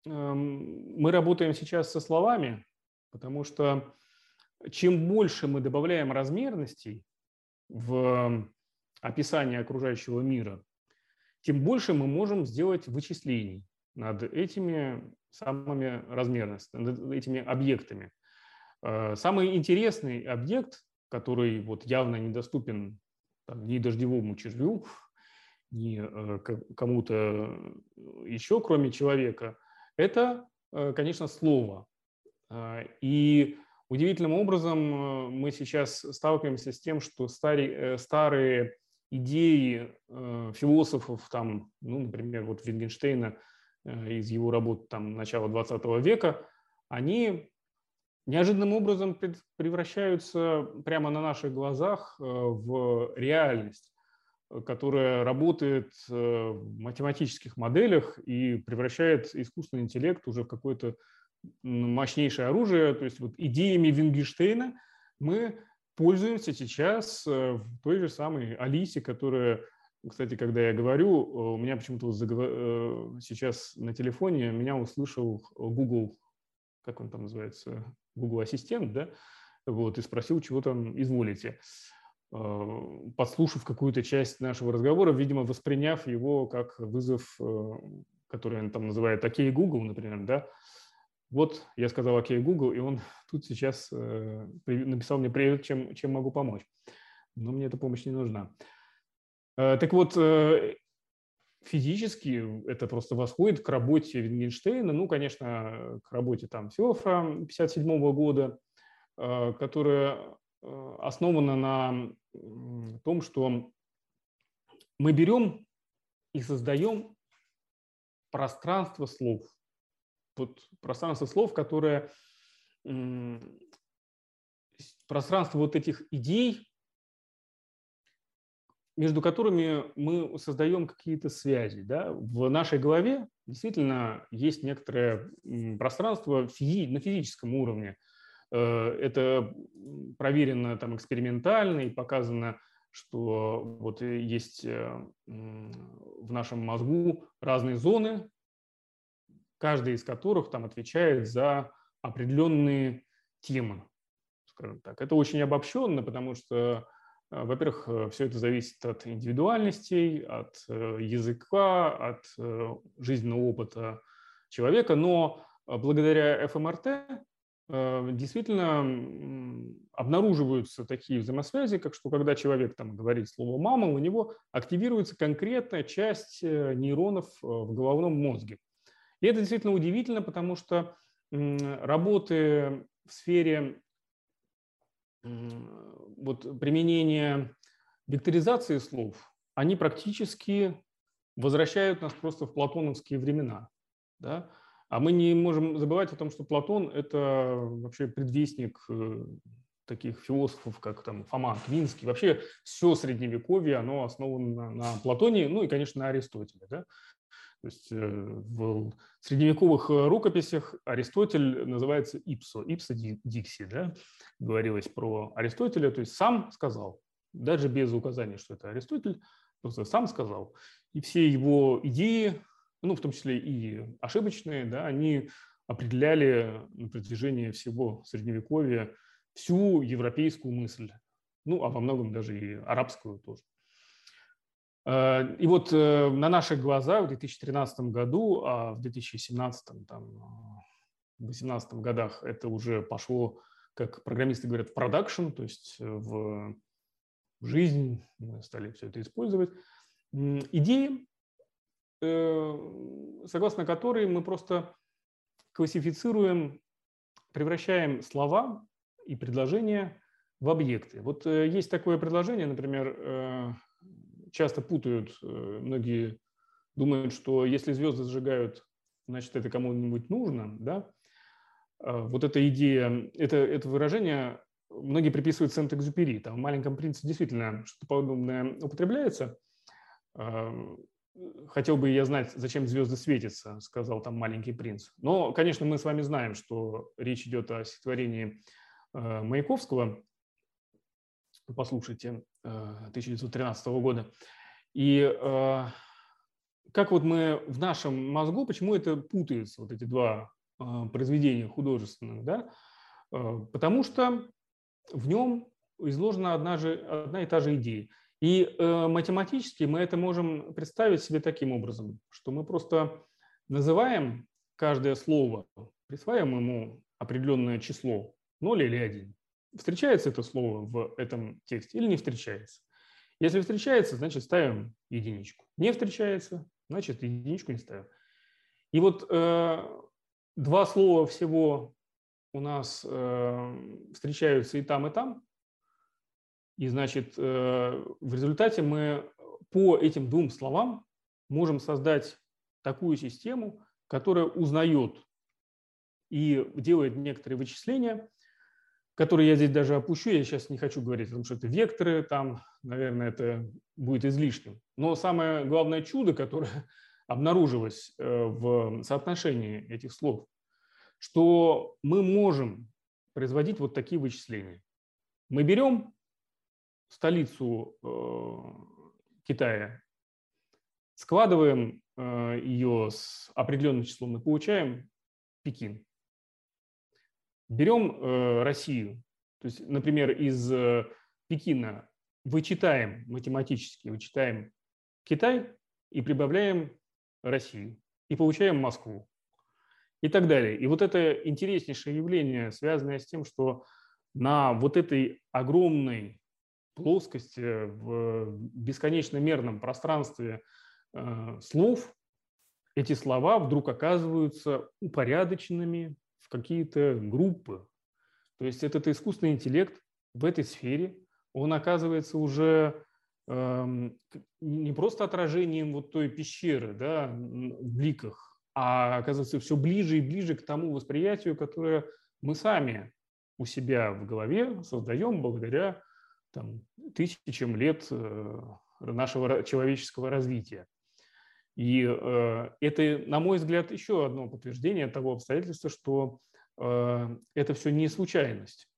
мы работаем сейчас со словами, потому что чем больше мы добавляем размерностей в описание окружающего мира, тем больше мы можем сделать вычислений над этими самыми размерностями, над этими объектами. Самый интересный объект, который вот явно недоступен ни дождевому червю, ни кому-то еще, кроме человека, это, конечно, слово. И удивительным образом мы сейчас сталкиваемся с тем, что старые идеи философов, там, ну, например, вот Wittgensteina из его работ там, начала 20 века, они неожиданным образом превращаются прямо на наших глазах в реальность, которая работает в математических моделях и превращает искусственный интеллект уже в какое-то мощнейшее оружие. То есть вот идеями Wittgensteina мы пользуемся сейчас в той же самой Алисе, которая, кстати, когда я говорю, у меня почему-то сейчас на телефоне меня услышал Google, как он там называется, Google Ассистент, да, вот, и спросил, чего там изволите, подслушав какую-то часть нашего разговора, видимо, восприняв его как вызов, который он там называет «Окей, Google», например, да. Вот я сказал «Окей, Google», и он тут сейчас написал мне «Привет, чем могу помочь?». Но мне эта помощь не нужна. Так вот, физически это просто восходит к работе Wittgensteina, ну, конечно, к работе там Сёфра 1957 года, которая основана на том, что мы берем и создаем пространство слов. Вот пространство слов, которое пространство вот этих идей, между которыми мы создаем какие-то связи. Да? В нашей голове действительно есть некоторое пространство на физическом уровне. Это проверено там экспериментально и показано, что вот есть в нашем мозгу разные зоны, каждая из которых там отвечает за определенные темы, скажем так. Это очень обобщенно, потому что, во-первых, все это зависит от индивидуальностей, от языка, от жизненного опыта человека, но благодаря ФМРТ действительно обнаруживаются такие взаимосвязи, как что когда человек там говорит слово «мама», у него активируется конкретная часть нейронов в головном мозге. И это действительно удивительно, потому что работы в сфере вот, применения векторизации слов, они практически возвращают нас просто в платоновские времена. Да? А мы не можем забывать о том, что Платон – это вообще предвестник таких философов, как там Фома Аквинский. Вообще все Средневековье, оно основано на Платоне, ну и, конечно, на Аристотеле. Да? То есть в средневековых рукописях Аристотель называется ipso dixi, да? Говорилось про Аристотеля, то есть сам сказал, даже без указания, что это Аристотель, просто сам сказал. И все его идеи, ну, в том числе и ошибочные, да, они определяли на протяжении всего Средневековья всю европейскую мысль, ну, а во многом даже и арабскую тоже. И вот на наших глазах в 2013 году, а в 2017, там, 2018 годах это уже пошло, как программисты говорят, в продакшн, то есть в жизнь, мы стали все это использовать. Идеи, согласно которой мы просто классифицируем, превращаем слова и предложения в объекты. Вот есть такое предложение, например, часто путают, многие думают, что если звезды сжигают, значит, это кому-нибудь нужно, да? Вот эта идея, это выражение многие приписывают Сент-Экзюпери. Там в «Маленьком принце» действительно что-то подобное употребляется. «Хотел бы я знать, зачем звезды светятся», сказал там маленький принц. Но, конечно, мы с вами знаем, что речь идет о стихотворении Маяковского, послушайте, 1913 года. И как вот мы в нашем мозгу, почему это путается, вот эти два произведения художественных, да? Потому что в нем изложена одна и та же идея. И математически мы это можем представить себе таким образом, что мы просто называем каждое слово, присваиваем ему определенное число, 0 или 1. Встречается это слово в этом тексте или не встречается? Если встречается, значит ставим единичку. Не встречается, значит единичку не ставим. И вот два слова всего у нас встречаются и там, и, значит, в результате мы по этим двум словам можем создать такую систему, которая узнает и делает некоторые вычисления, которые я здесь даже опущу, я сейчас не хочу говорить, потому что это векторы, там, наверное, это будет излишним. Но самое главное чудо, которое обнаружилось в соотношении этих слов, что мы можем производить вот такие вычисления. Мы берем столицу Китая, складываем ее с определенным числом и получаем Пекин. Берем Россию, то есть, например, из Пекина вычитаем математически, вычитаем Китай и прибавляем Россию, и получаем Москву, и так далее. И вот это интереснейшее явление, связанное с тем, что на вот этой огромной плоскости, в бесконечно мерном пространстве слов, эти слова вдруг оказываются упорядоченными в какие-то группы. То есть этот искусственный интеллект в этой сфере, он оказывается уже не просто отражением вот той пещеры, да, в бликах, а оказывается все ближе и ближе к тому восприятию, которое мы сами у себя в голове создаем благодаря тысячам лет нашего человеческого развития. И это, на мой взгляд, еще одно подтверждение того обстоятельства, что это все не случайность,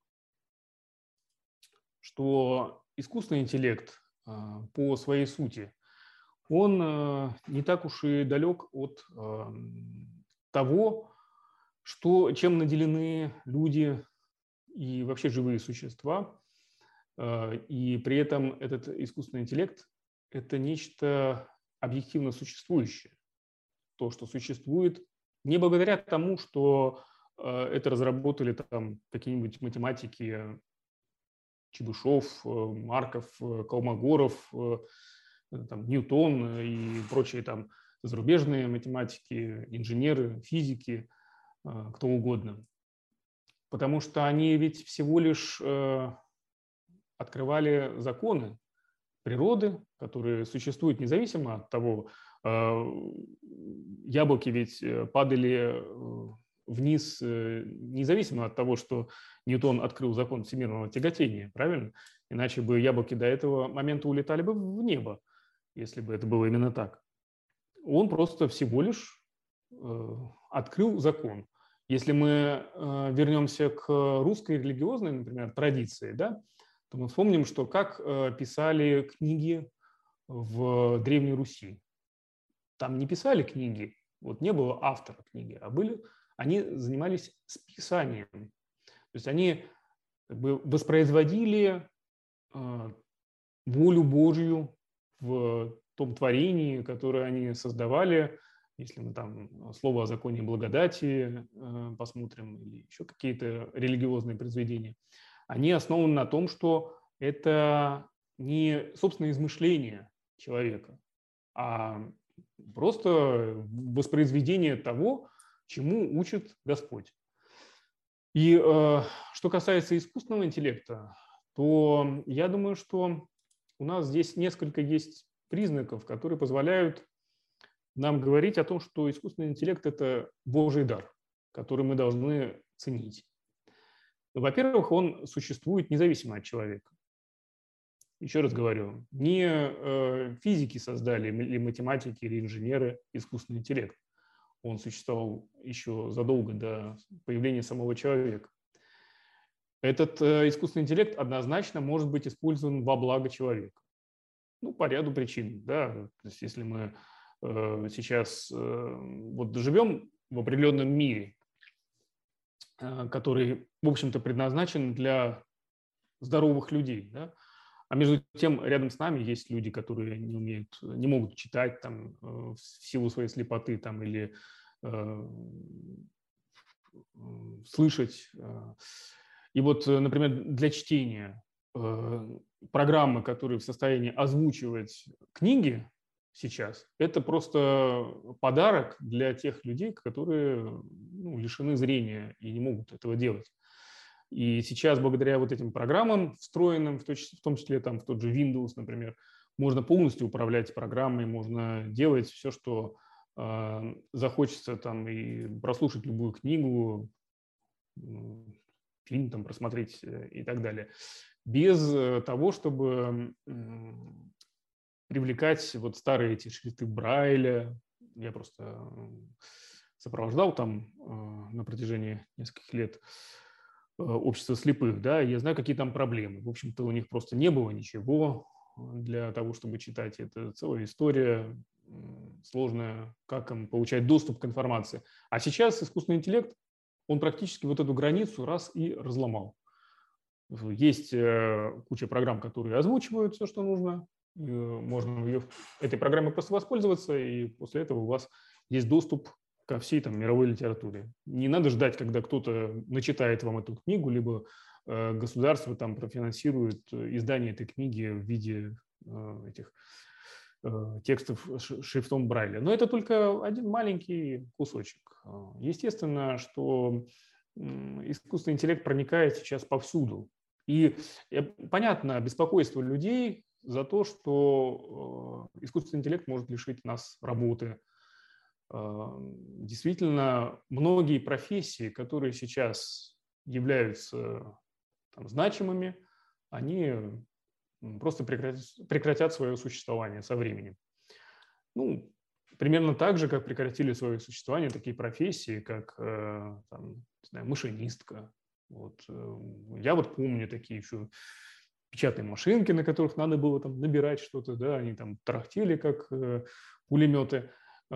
что искусственный интеллект по своей сути, он не так уж и далек от того, чем наделены люди и вообще живые существа. И при этом этот искусственный интеллект – это нечто объективно существующее. То, что существует не благодаря тому, что это разработали там какие-нибудь математики Чебышев, Марков, Колмогоров, там, Ньютон и прочие там зарубежные математики, инженеры, физики, кто угодно. Потому что они ведь всего лишь открывали законы природы, которые существуют независимо от того, яблоки ведь падали вниз независимо от того, что Ньютон открыл закон всемирного тяготения, правильно? Иначе бы яблоки до этого момента улетали бы в небо, если бы это было именно так. Он просто всего лишь открыл закон. Если мы вернемся к русской религиозной, например, традиции, да, то мы вспомним, что как писали книги в Древней Руси. Там не писали книги, вот не было автора книги, а они занимались списанием. То есть они воспроизводили волю Божью в том творении, которое они создавали. Если мы там слово о законе благодати посмотрим, или еще какие-то религиозные произведения, они основаны на том, что это не собственное измышление человека, а просто воспроизведение того, чему учит Господь. И что касается искусственного интеллекта, то я думаю, что у нас здесь несколько есть признаков, которые позволяют нам говорить о том, что искусственный интеллект – это Божий дар, который мы должны ценить. Во-первых, он существует независимо от человека. Еще раз говорю, не физики создали, или математики, или инженеры искусственный интеллект. Он существовал еще задолго до появления самого человека. Этот искусственный интеллект однозначно может быть использован во благо человека. Ну, по ряду причин. Да? То есть, если мы сейчас вот живем в определенном мире, который, в общем-то, предназначен для здоровых людей, да? А между тем рядом с нами есть люди, которые не могут читать там, в силу своей слепоты там, или слышать. И вот, например, для чтения программы, которые в состоянии озвучивать книги сейчас, это просто подарок для тех людей, которые лишены зрения и не могут этого делать. И сейчас благодаря вот этим программам, встроенным, в том числе там, в тот же Windows, например, можно полностью управлять программой, можно делать все, что захочется, там, и прослушать любую книгу, фильм там, просмотреть и так далее, без того, чтобы привлекать вот старые эти шрифты Брайля. Я просто сопровождал там на протяжении нескольких лет общество слепых, да, я знаю, какие там проблемы. В общем-то, у них просто не было ничего для того, чтобы читать. Это целая история сложная, как им получать доступ к информации. А сейчас искусственный интеллект, он практически вот эту границу раз и разломал. Есть куча программ, которые озвучивают все, что нужно. Можно этой программой просто воспользоваться, и после этого у вас есть доступ ко всей там мировой литературе. Не надо ждать, когда кто-то начитает вам эту книгу, либо государство там профинансирует издание этой книги в виде этих текстов шрифтом Брайля. Но это только один маленький кусочек. Естественно, что искусственный интеллект проникает сейчас повсюду. И понятно беспокойство людей за то, что искусственный интеллект может лишить нас работы. Действительно, многие профессии, которые сейчас являются там значимыми, они просто прекратят свое существование со временем. Ну, примерно так же, как прекратили свое существование такие профессии, как там, не знаю, машинистка. Вот. Я вот помню такие еще печатные машинки, на которых надо было там набирать что-то, да, они там тарахтели, как пулеметы,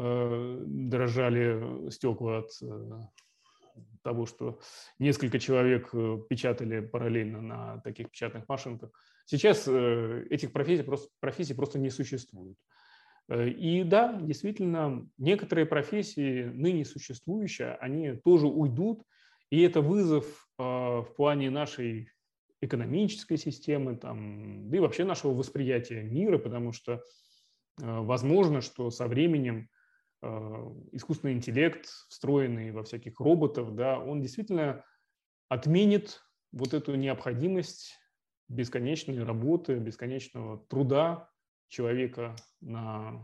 дрожали стекла от того, что несколько человек печатали параллельно на таких печатных машинках. Сейчас этих профессий просто не существует. И да, действительно, некоторые профессии, ныне существующие, они тоже уйдут, и это вызов в плане нашей экономической системы, там, да и вообще нашего восприятия мира, потому что возможно, что со временем искусственный интеллект, встроенный во всяких роботов, да, он действительно отменит вот эту необходимость бесконечной работы, бесконечного труда человека на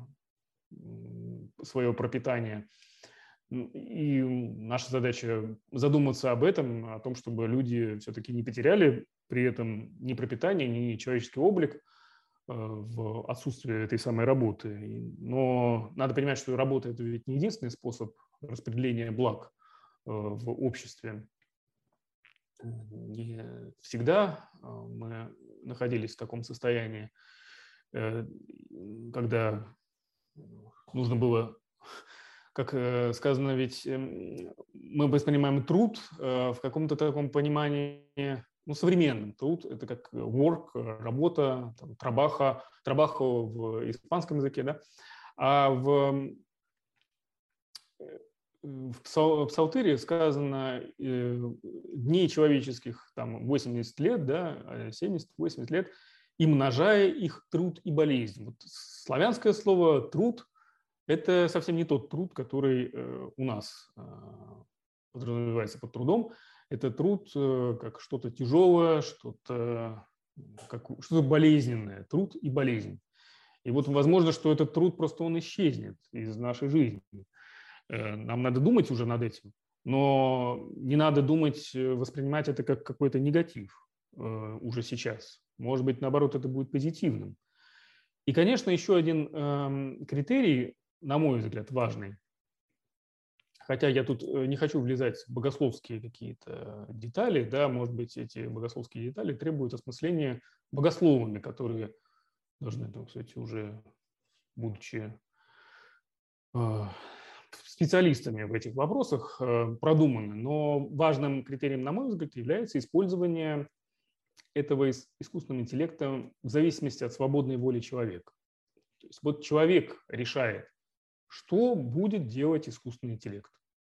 свое пропитание. И наша задача задуматься об этом, о том, чтобы люди все-таки не потеряли при этом ни пропитание, ни человеческий облик в отсутствие этой самой работы. Но надо понимать, что работа – это ведь не единственный способ распределения благ в обществе. Не всегда мы находились в таком состоянии, когда нужно было, как сказано, ведь мы воспринимаем труд в каком-то таком понимании, современным. Труд – это как work, работа, там, trabajo в испанском языке, да? А в Псалтыре сказано дней человеческих там 80 лет, да, 70-80 лет, и множая их труд и болезнь. Вот славянское слово «труд» – это совсем не тот труд, который у нас подразумевается под трудом. Это труд как что-то тяжелое, что-то что-то болезненное, труд и болезнь. И вот возможно, что этот труд просто он исчезнет из нашей жизни. Нам надо думать уже над этим, но не надо думать, воспринимать это как какой-то негатив уже сейчас. Может быть, наоборот, это будет позитивным. И, конечно, еще один критерий, на мой взгляд, важный, хотя я тут не хочу влезать в богословские какие-то детали, да, может быть, эти богословские детали требуют осмысления богословами, которые должны, так сказать, уже будучи специалистами в этих вопросах, продуманы. Но важным критерием, на мой взгляд, является использование этого искусственного интеллекта в зависимости от свободной воли человека. То есть вот человек решает, что будет делать искусственный интеллект.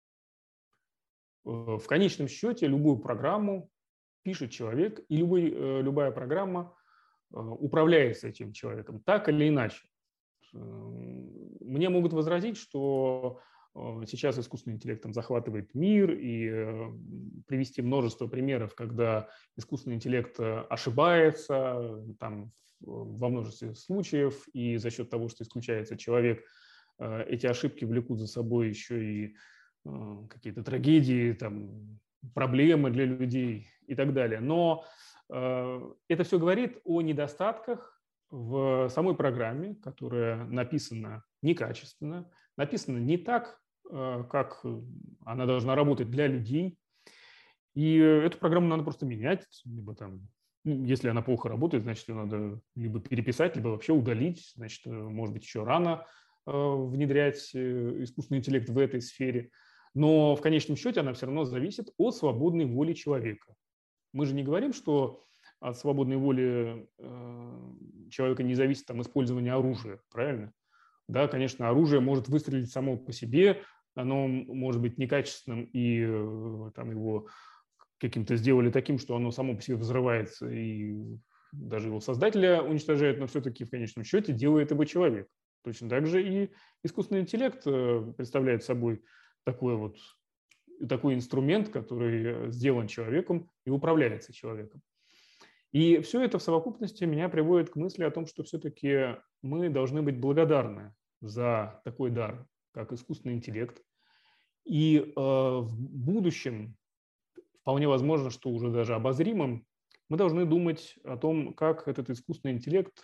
В конечном счете любую программу пишет человек, и любая программа управляется этим человеком так или иначе. Мне могут возразить, что сейчас искусственный интеллект захватывает мир, и привести множество примеров, когда искусственный интеллект ошибается там, во множестве случаев, и за счет того, что исключается человек, эти ошибки влекут за собой еще и какие-то трагедии, там, проблемы для людей и так далее. Но это все говорит о недостатках в самой программе, которая написана некачественно, написана не так, как она должна работать для людей. И эту программу надо просто менять, либо там, если она плохо работает, значит, ее надо либо переписать, либо вообще удалить. Значит, может быть, еще рано внедрять искусственный интеллект в этой сфере. Но в конечном счете она все равно зависит от свободной воли человека. Мы же не говорим, что от свободной воли человека не зависит там, использование оружия, правильно? Да, конечно, оружие может выстрелить само по себе, оно может быть некачественным, и там его каким-то сделали таким, что оно само по себе взрывается, и даже его создателя уничтожает, но все-таки в конечном счете делает его человек. Точно так же и искусственный интеллект представляет собой такой инструмент, который сделан человеком и управляется человеком. И все это в совокупности меня приводит к мысли о том, что все-таки мы должны быть благодарны за такой дар, как искусственный интеллект. И в будущем, вполне возможно, что уже даже обозримым, мы должны думать о том, как этот искусственный интеллект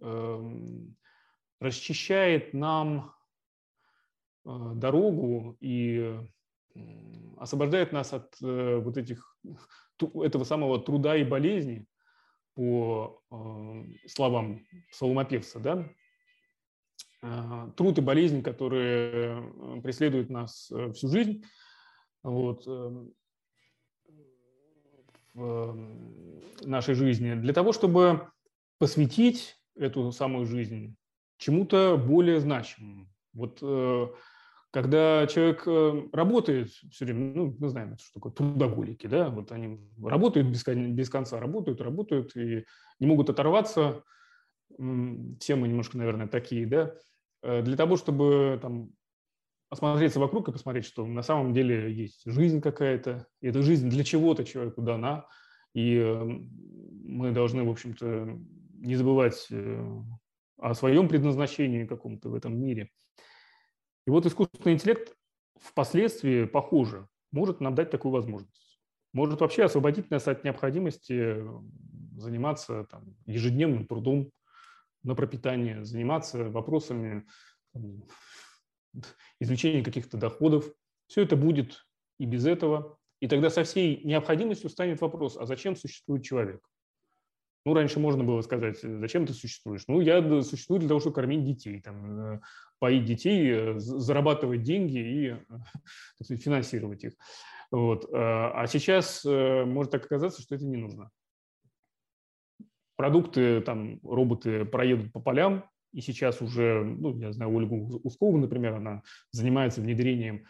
расчищает нам дорогу и освобождает нас от этого самого труда и болезни, по словам псалмопевца, да? Труд и болезнь, которые преследуют нас всю жизнь, вот, в нашей жизни, для того, чтобы посвятить эту самую жизнь чему-то более значимому. Вот когда человек работает все время, ну, мы знаем, что такое трудоголики, да, вот они работают без конца, работают и не могут оторваться. Все мы немножко, наверное, такие, да, для того, чтобы там осмотреться вокруг и посмотреть, что на самом деле есть жизнь какая-то, и эта жизнь для чего-то человеку дана, и мы должны, в общем-то, не забывать о своем предназначении каком-то в этом мире. И вот искусственный интеллект впоследствии, похоже, может нам дать такую возможность. Может вообще освободить нас от необходимости заниматься там, ежедневным трудом на пропитание, заниматься вопросами там, извлечения каких-то доходов. Все это будет и без этого. И тогда со всей необходимостью станет вопрос, а зачем существует человек? Ну, раньше можно было сказать, зачем ты существуешь? Ну, я существую для того, чтобы кормить детей, там, поить детей, зарабатывать деньги и, так сказать, финансировать их. Вот. А сейчас может так оказаться, что это не нужно. Продукты, там, роботы проедут по полям, и сейчас уже, ну, я знаю, Ольгу Ускову, например, она занимается внедрением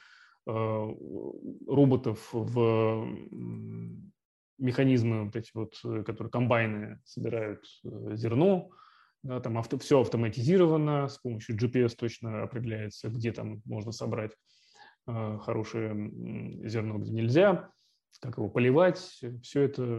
роботов в механизмы, вот эти вот, которые комбайны собирают зерно, да, там все автоматизировано, с помощью GPS точно определяется, где там можно собрать хорошее зерно, где нельзя, как его поливать, все это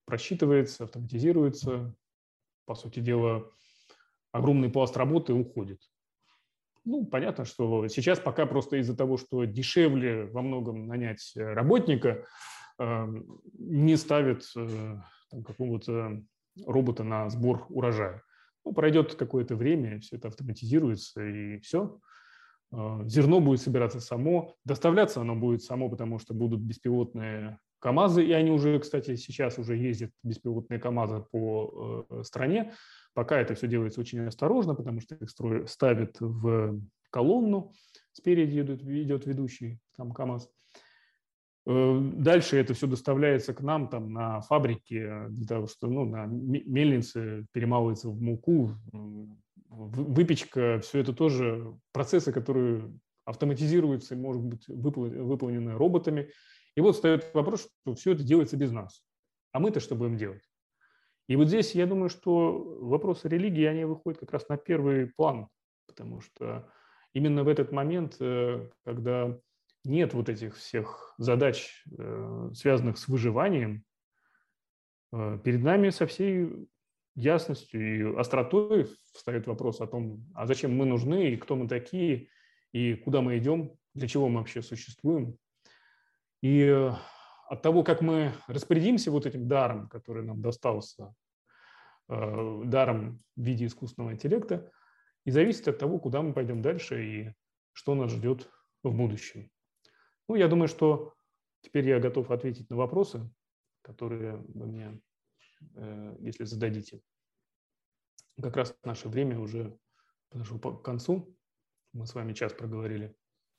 просчитывается, автоматизируется. По сути дела, огромный пласт работы уходит. Ну, понятно, что сейчас пока просто из-за того, что дешевле во многом нанять работника, не ставят какого-то робота на сбор урожая. Ну, пройдет какое-то время, все это автоматизируется, и все. Зерно будет собираться само, доставляться оно будет само, потому что будут беспилотные КАМАЗы, и они уже, кстати, сейчас уже ездят, беспилотные КАМАЗы по стране. Пока это все делается очень осторожно, потому что их ставят в колонну, спереди идет ведущий там КАМАЗ. Дальше это все доставляется к нам там, на фабрике, для того, что на мельнице перемалывается в муку, выпечка, все это тоже процессы, которые автоматизируются и могут быть выполнены роботами. И вот встает вопрос, что все это делается без нас. А мы-то что будем делать? И вот здесь я думаю, что вопросы религии, они выходят как раз на первый план, потому что именно в этот момент, когда нет вот этих всех задач, связанных с выживанием, перед нами со всей ясностью и остротой встает вопрос о том, а зачем мы нужны, и кто мы такие, и куда мы идем, для чего мы вообще существуем. И от того, как мы распорядимся вот этим даром, который нам достался, даром в виде искусственного интеллекта, и зависит от того, куда мы пойдем дальше и что нас ждет в будущем. Ну, я думаю, что теперь я готов ответить на вопросы, которые вы мне, если зададите. Как раз наше время уже подошло к концу. Мы с вами час проговорили.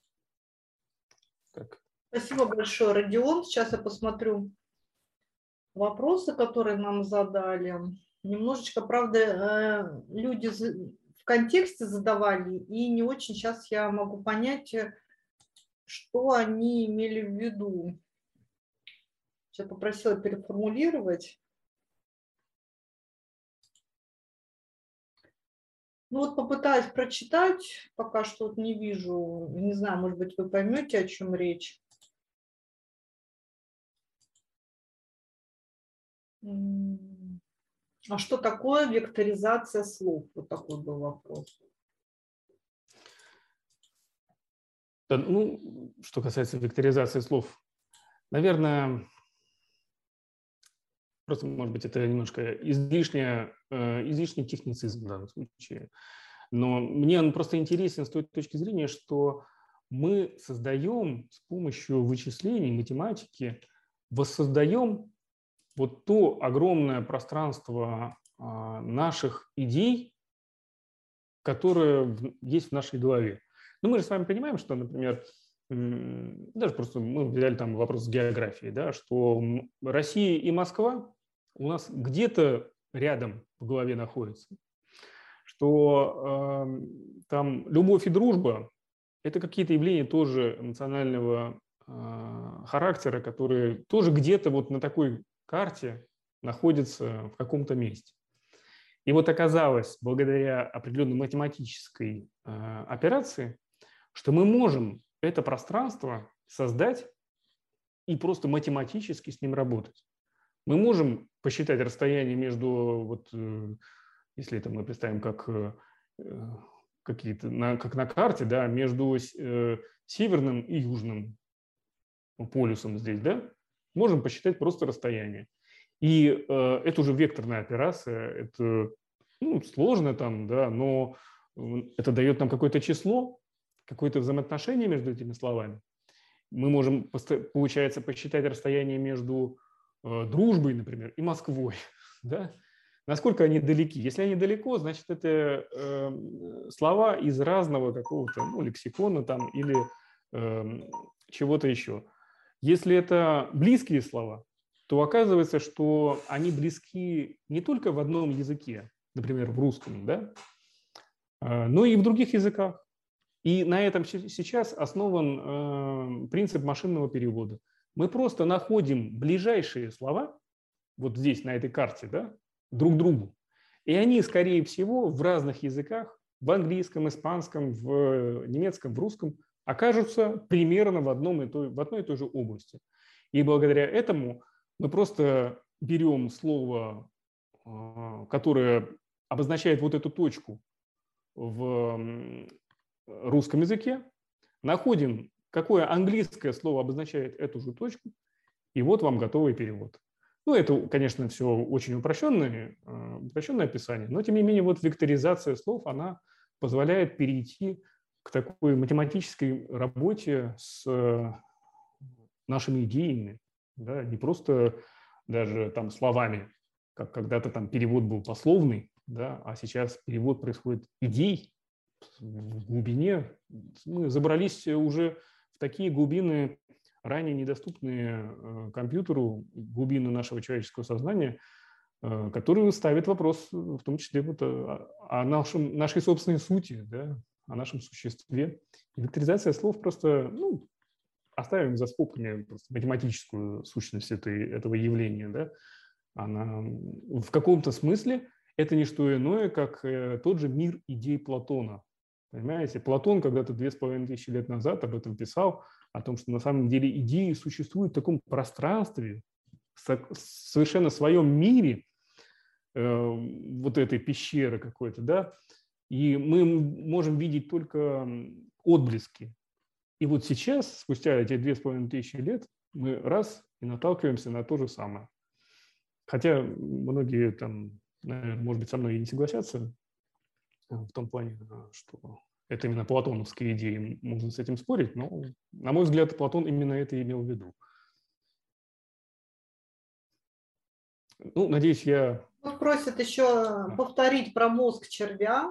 Так. Спасибо большое, Родион. Сейчас я посмотрю вопросы, которые нам задали. Немножечко, правда, люди в контексте задавали, и не очень сейчас я могу понять, что они имели в виду. Сейчас попросила переформулировать. Ну вот попытаюсь прочитать, пока что вот не вижу, не знаю, может быть, вы поймете, о чем речь. А что такое векторизация слов? Вот такой был вопрос. Ну, что касается векторизации слов, наверное, просто, может быть, это немножко излишний техницизм в данном случае. Но мне он просто интересен с той точки зрения, что мы создаем с помощью вычислений, математики, воссоздаем вот то огромное пространство наших идей, которое есть в нашей голове. Но мы же с вами понимаем, что, например, даже просто мы взяли там вопрос географии, да, что Россия и Москва у нас где-то рядом в голове находятся, что там любовь и дружба – это какие-то явления тоже эмоционального характера, которые тоже где-то вот на такой карте находятся в каком-то месте. И вот оказалось, благодаря определенной математической операции, что мы можем это пространство создать и просто математически с ним работать. Мы можем посчитать расстояние между, вот, если это мы представим как как на карте, да, между северным и южным полюсом здесь, да, можем посчитать просто расстояние. И это уже векторная операция, это сложно там, да, но это дает нам какое-то число, какое-то взаимоотношение между этими словами. Мы можем, получается, посчитать расстояние между дружбой, например, и Москвой. Да? Насколько они далеки. Если они далеко, значит, это слова из разного какого-то лексикона там, или чего-то еще. Если это близкие слова, то оказывается, что они близки не только в одном языке, например, в русском, да, но и в других языках. И на этом сейчас основан принцип машинного перевода. Мы просто находим ближайшие слова, вот здесь, на этой карте, да, друг другу. И они, скорее всего, в разных языках, в английском, испанском, в немецком, в русском, окажутся примерно в одной и той же области. И благодаря этому Мы просто берем слово, которое обозначает вот эту точку в русском языке, находим, какое английское слово обозначает эту же точку, и вот вам готовый перевод. Ну, это, конечно, все очень упрощенное описание, но, тем не менее, вот векторизация слов, она позволяет перейти к такой математической работе с нашими идеями, да, не просто даже там словами, как когда-то там перевод был пословный, да, а сейчас перевод происходит идей в глубине. Мы забрались уже в такие глубины, ранее недоступные компьютеру, глубины нашего человеческого сознания, которые ставят вопрос, в том числе вот о нашей собственной сути, да, о нашем существе. И векторизация слов просто, ну, оставим за скобками математическую сущность этого явления, да, она в каком-то смысле это не что иное, как тот же мир идей Платона. Понимаете, Платон когда-то 2500 лет назад об этом писал, о том, что на самом деле идеи существуют в таком пространстве, в совершенно своем мире, вот этой пещеры какой-то, да, и мы можем видеть только отблески. И вот сейчас, спустя эти 2500 лет, мы раз и наталкиваемся на то же самое. Хотя многие там, наверное, может быть, со мной и не согласятся в том плане, что это именно платоновские идеи, можно с этим спорить, но, на мой взгляд, Платон именно это и имел в виду. Ну, надеюсь, я... Просят еще повторить про мозг червя.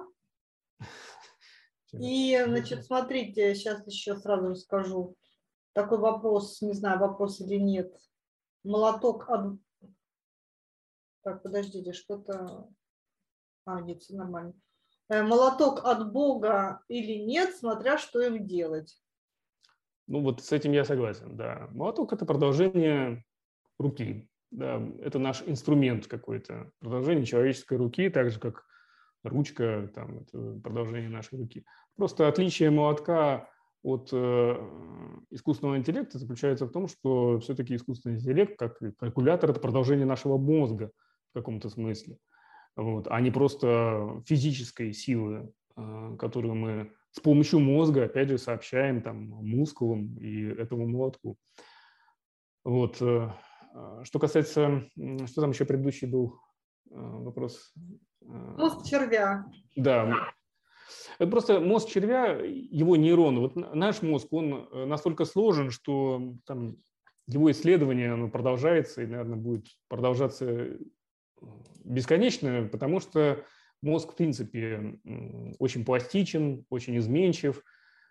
И, значит, смотрите, сейчас еще сразу скажу. Такой вопрос, не знаю, вопрос или нет. Молоток от... Так, подождите, что-то... нет, все нормально. Молоток от Бога или нет, смотря что им делать. Ну, вот с этим я согласен, да. Молоток – это продолжение руки. Да, это наш инструмент какой-то, продолжение человеческой руки, так же, как ручка, там, это продолжение нашей руки. Просто отличие молотка от искусственного интеллекта заключается в том, что все-таки искусственный интеллект, как калькулятор, это продолжение нашего мозга в каком-то смысле, вот, а не просто физической силы, которую мы с помощью мозга, опять же, сообщаем там, мускулам и этому молотку. Вот. Что касается, что там еще предыдущий был вопрос? Мозг червя. Да. Это просто мозг червя, его нейроны. Вот наш мозг, он настолько сложен, что там его исследование оно продолжается и, наверное, будет продолжаться бесконечно, потому что мозг, в принципе, очень пластичен, очень изменчив.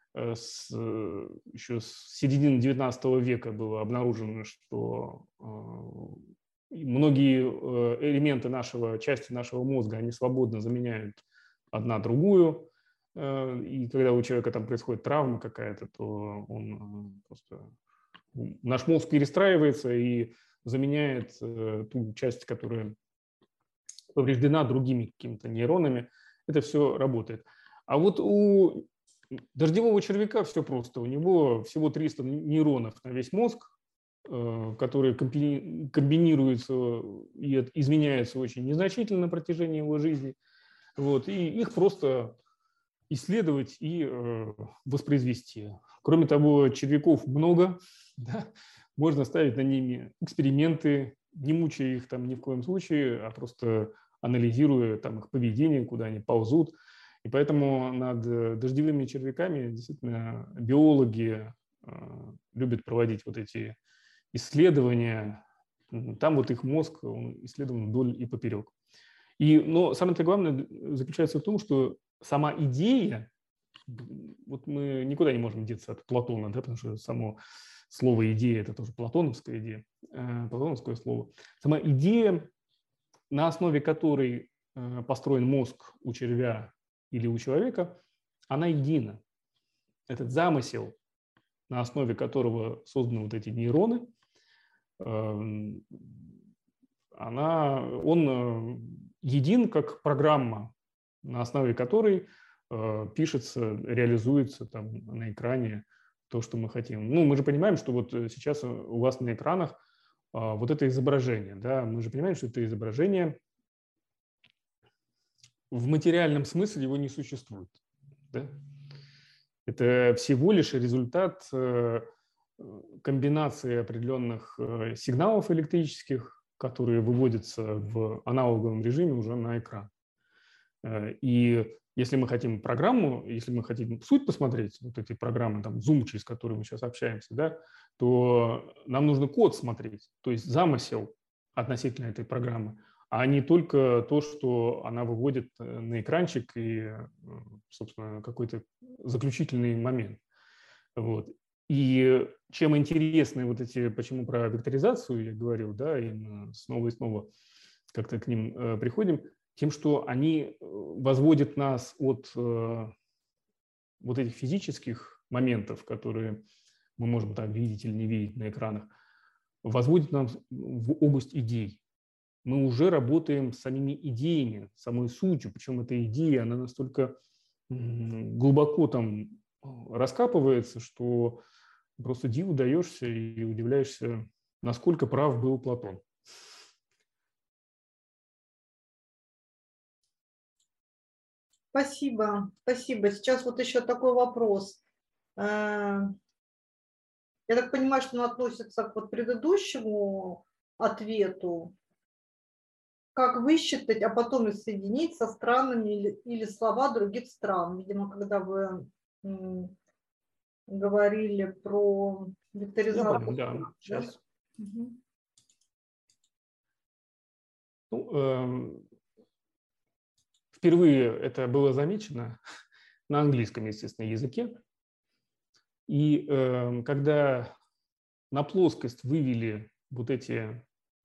Еще с середины XIX века было обнаружено, что многие элементы части нашего мозга, они свободно заменяют одна другую. И когда у человека там происходит травма какая-то, то наш мозг перестраивается и заменяет ту часть, которая повреждена другими какими-то нейронами. Это все работает. А вот у дождевого червяка все просто. У него всего 300 нейронов на весь мозг, которые комбинируются и изменяются очень незначительно на протяжении его жизни. Вот, и их просто исследовать и воспроизвести. Кроме того, червяков много, да? Можно ставить на ними эксперименты, не мучая их там ни в коем случае, а просто анализируя там их поведение, куда они ползут. И поэтому над дождевыми червяками действительно биологи любят проводить вот эти исследования. Там вот их мозг он исследован вдоль и поперек. Но самое главное заключается в том, что сама идея, вот мы никуда не можем деться от Платона, да, потому что само слово «идея» – это тоже платоновская идея, платоновское слово. Сама идея, на основе которой построен мозг у червя или у человека, она едина. Этот замысел, на основе которого созданы вот эти нейроны, он един как программа, на основе которой пишется, реализуется там на экране то, что мы хотим. Ну, мы же понимаем, что вот сейчас у вас на экранах вот это изображение. Да? Мы же понимаем, что это изображение в материальном смысле его не существует. Да? Это всего лишь результат комбинации определенных сигналов электрических, которые выводятся в аналоговом режиме уже на экран. И если мы хотим программу, если мы хотим суть посмотреть, вот этой программы, там, Zoom, через которую мы сейчас общаемся, да, то нам нужно код смотреть, то есть замысел относительно этой программы, а не только то, что она выводит на экранчик и, собственно, какой-то заключительный момент. Вот. И чем интересны вот эти, почему про векторизацию я говорил, да, и мы снова и снова как-то к ним приходим, тем, что они возводят нас от вот этих физических моментов, которые мы можем там видеть или не видеть на экранах, возводят нас в область идей. Мы уже работаем с самими идеями, самой сутью, причем эта идея, она настолько глубоко там раскапывается, что просто диву даешься и удивляешься, насколько прав был Платон. Спасибо, спасибо. Сейчас вот еще такой вопрос. Я так понимаю, что он относится к вот предыдущему ответу. Как высчитать, а потом и соединить со странами или слова других стран? Видимо, когда вы говорили про векторизацию. Я понял, да. Сейчас. Угу. Ну, впервые это было замечено на английском, естественно, языке. И когда на плоскость вывели вот эти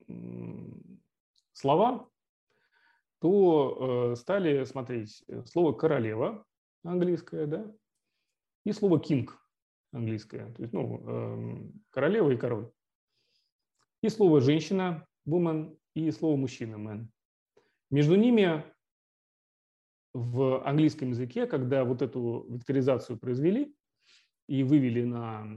слова, то стали смотреть слово «королева» английское, да, и слово «king» английское, то есть, королева и король. И слово «женщина» woman и слово «мужчина» man. Между ними в английском языке, когда вот эту векторизацию произвели и вывели на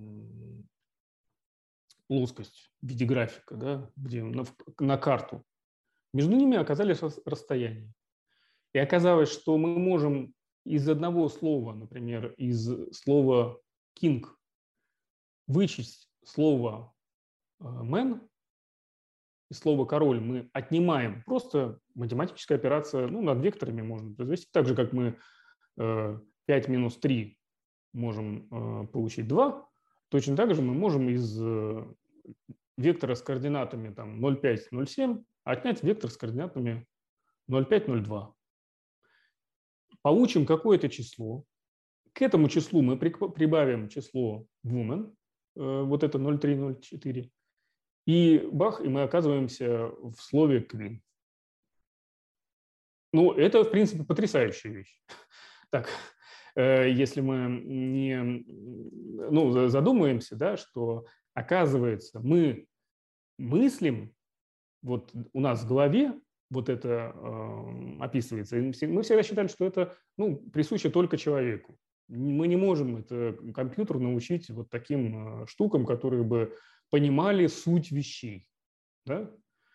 плоскость в виде графика, да, где на карту, между ними оказались расстояния. И оказалось, что мы можем из одного слова, например, из слова king, вычесть слово man, и слово король мы отнимаем. Просто математическая операция, над векторами можно произвести. Так же, как мы 5 минус 3 можем получить 2, точно так же мы можем из вектора с координатами 0,5, 0,7 отнять вектор с координатами 0,5, 0,2. Получим какое-то число. К этому числу мы прибавим число woman, вот это 0,3, 0,4. И бах, и мы оказываемся в слове queen. Это, в принципе, потрясающая вещь. Так, если мы не задумаемся, да, что, оказывается, мы мыслим, вот у нас в голове вот это описывается. Мы всегда считали, что это присуще только человеку. Мы не можем это компьютеру научить вот таким штукам, которые бы понимали суть вещей. Да?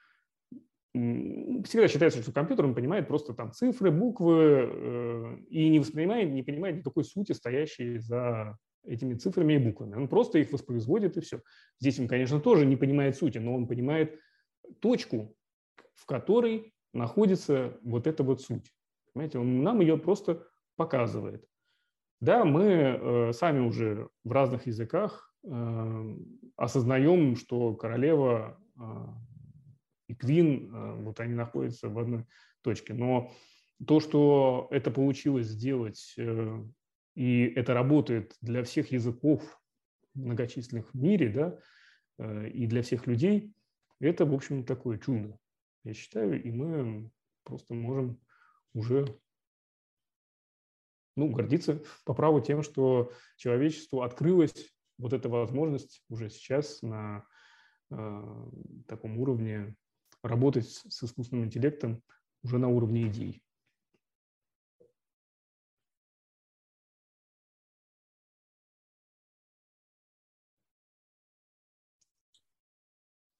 Всегда считается, что компьютер он понимает просто там цифры, буквы и не понимает никакой сути, стоящей за этими цифрами и буквами. Он просто их воспроизводит и все. Здесь он, конечно, тоже не понимает сути, но он понимает точку, в которой находится вот эта вот суть. Понимаете, он нам ее просто показывает. Да, мы сами уже в разных языках осознаем, что королева и квин, вот они находятся в одной точке. Но то, что это получилось сделать, и это работает для всех языков многочисленных в мире, да, и для всех людей, это, в общем, такое чудо, я считаю, и мы просто можем уже гордиться по праву тем, что человечеству открылась вот эта возможность уже сейчас на таком уровне работать с искусственным интеллектом уже на уровне идей.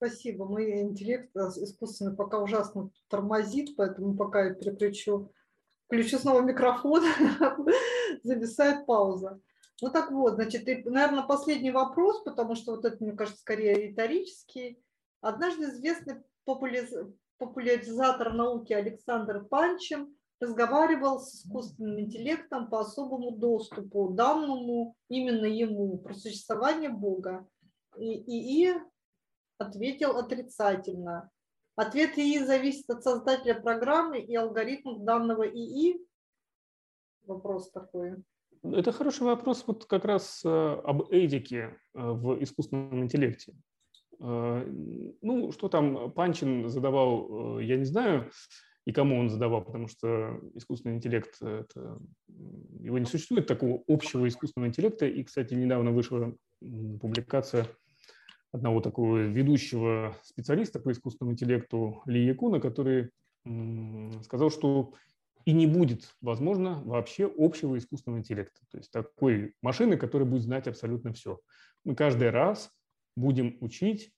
Спасибо. Мой интеллект искусственный пока ужасно тормозит, поэтому пока я включу снова микрофон, зависает пауза. Ну так вот, значит, и, наверное, последний вопрос, потому что вот это, мне кажется, скорее риторический. Однажды известный популяризатор науки Александр Панчин разговаривал с искусственным интеллектом по особому доступу, данному именно ему, про существование Бога. И ответил отрицательно. Ответ ИИ зависит от создателя программы и алгоритмов данного ИИ? Вопрос такой. Это хороший вопрос вот как раз об этике в искусственном интеллекте. Ну, что там Панчин задавал, я не знаю, и кому он задавал, потому что искусственный интеллект, его не существует, такого общего искусственного интеллекта. И, кстати, недавно вышла публикация одного такого ведущего специалиста по искусственному интеллекту Ли Якуна, который сказал, что и не будет, возможно, вообще общего искусственного интеллекта. То есть такой машины, которая будет знать абсолютно все. Мы каждый раз будем учить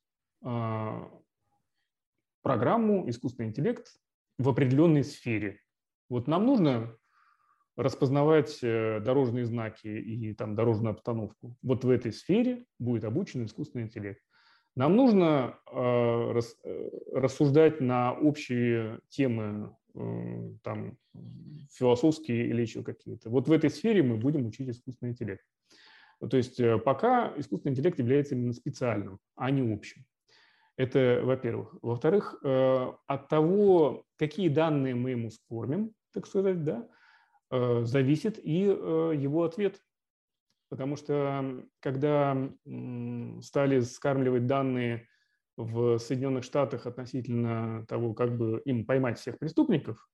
программу, искусственный интеллект в определенной сфере. Вот нам нужно распознавать дорожные знаки и там дорожную обстановку. Вот в этой сфере будет обучен искусственный интеллект. Нам нужно рассуждать на общие темы, там, философские или еще какие-то. Вот в этой сфере мы будем учить искусственный интеллект. То есть пока искусственный интеллект является именно специальным, а не общим. Это, во-первых. Во-вторых, от того, какие данные мы ему скормим, так сказать, да, зависит и его ответ. Потому что когда стали скармливать данные в Соединенных Штатах относительно того, как бы им поймать всех преступников,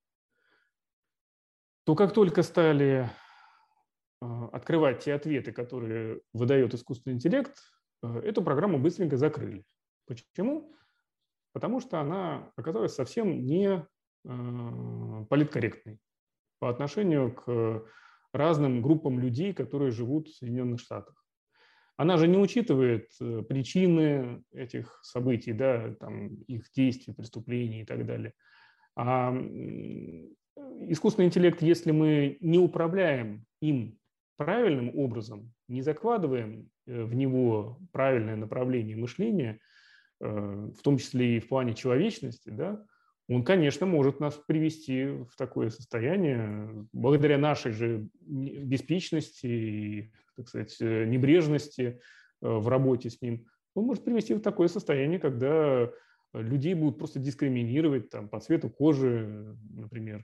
то как только стали открывать те ответы, которые выдает искусственный интеллект, эту программу быстренько закрыли. Почему? Потому что она оказалась совсем не политкорректной по отношению к разным группам людей, которые живут в Соединенных Штатах. Она же не учитывает причины этих событий, да, там, их действий, преступлений и так далее. А искусственный интеллект, если мы не управляем им правильным образом, не закладываем в него правильное направление мышления, в том числе и в плане человечности, да, он, конечно, может нас привести в такое состояние, благодаря нашей же беспечности и, так сказать, небрежности в работе с ним, он может привести в такое состояние, когда людей будут просто дискриминировать там, по цвету кожи, например,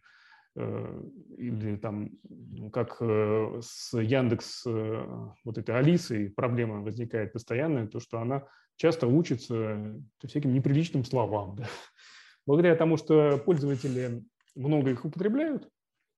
или там, как с Яндекс, вот этой Алисой проблема возникает постоянная, то, что она часто учится всяким неприличным словам, да. Благодаря тому, что пользователи много их употребляют,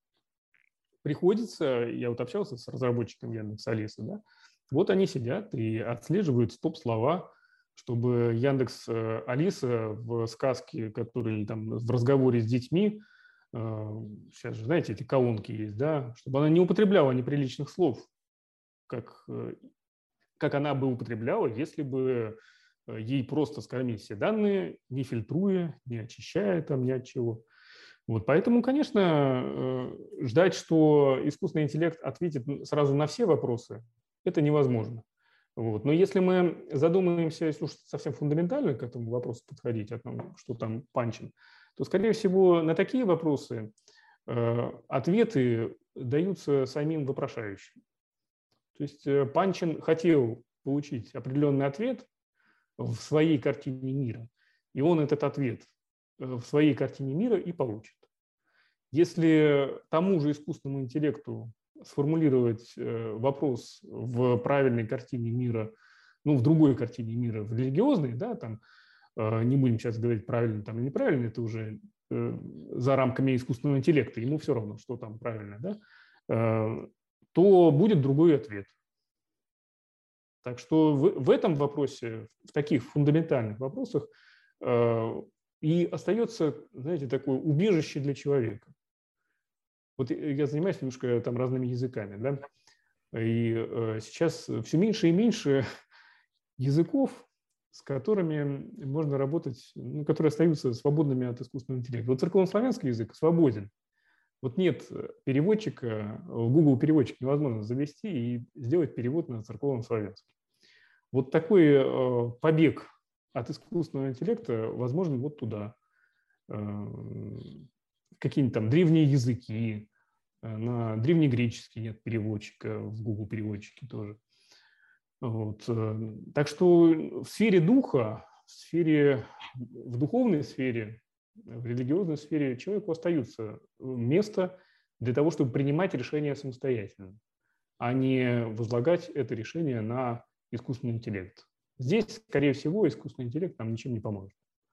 приходится, я вот общался с разработчиком Яндекс Алисы, да, вот они сидят и отслеживают стоп-слова, чтобы Яндекс Алиса в сказке, которые там в разговоре с детьми, сейчас же, знаете, эти колонки есть, да, чтобы она не употребляла неприличных слов, как она бы употребляла, если бы ей просто скормить все данные, не фильтруя, не очищая там ни от чего. Вот, поэтому, конечно, ждать, что искусственный интеллект ответит сразу на все вопросы, это невозможно. Вот. Но если мы задумаемся, если уж совсем фундаментально к этому вопросу подходить, о том, что там Панчин, то, скорее всего, на такие вопросы ответы даются самим вопрошающим. То есть Панчин хотел получить определенный ответ в своей картине мира, и он этот ответ в своей картине мира и получит. Если тому же искусственному интеллекту сформулировать вопрос в правильной картине мира, ну, в другой картине мира, в религиозной, да, там, не будем сейчас говорить правильно там или неправильно, это уже за рамками искусственного интеллекта, ему все равно, что там правильно, да, то будет другой ответ. Так что в этом вопросе, в таких фундаментальных вопросах и остается, знаете, такое убежище для человека. Вот я занимаюсь немножко там разными языками, да, и сейчас все меньше и меньше языков с которыми можно работать, ну, которые остаются свободными от искусственного интеллекта. Вот церковнославянский язык свободен. Вот нет переводчика, в Google переводчик невозможно завести и сделать перевод на церковнославянский. Вот такой побег от искусственного интеллекта возможен вот туда. Какие-нибудь там древние языки, на древнегреческий нет переводчика, в Google переводчике тоже. Вот. Так что в сфере духа, в духовной сфере, в религиозной сфере человеку остается место для того, чтобы принимать решения самостоятельно, а не возлагать это решение на искусственный интеллект. Здесь, скорее всего, искусственный интеллект нам ничем не поможет.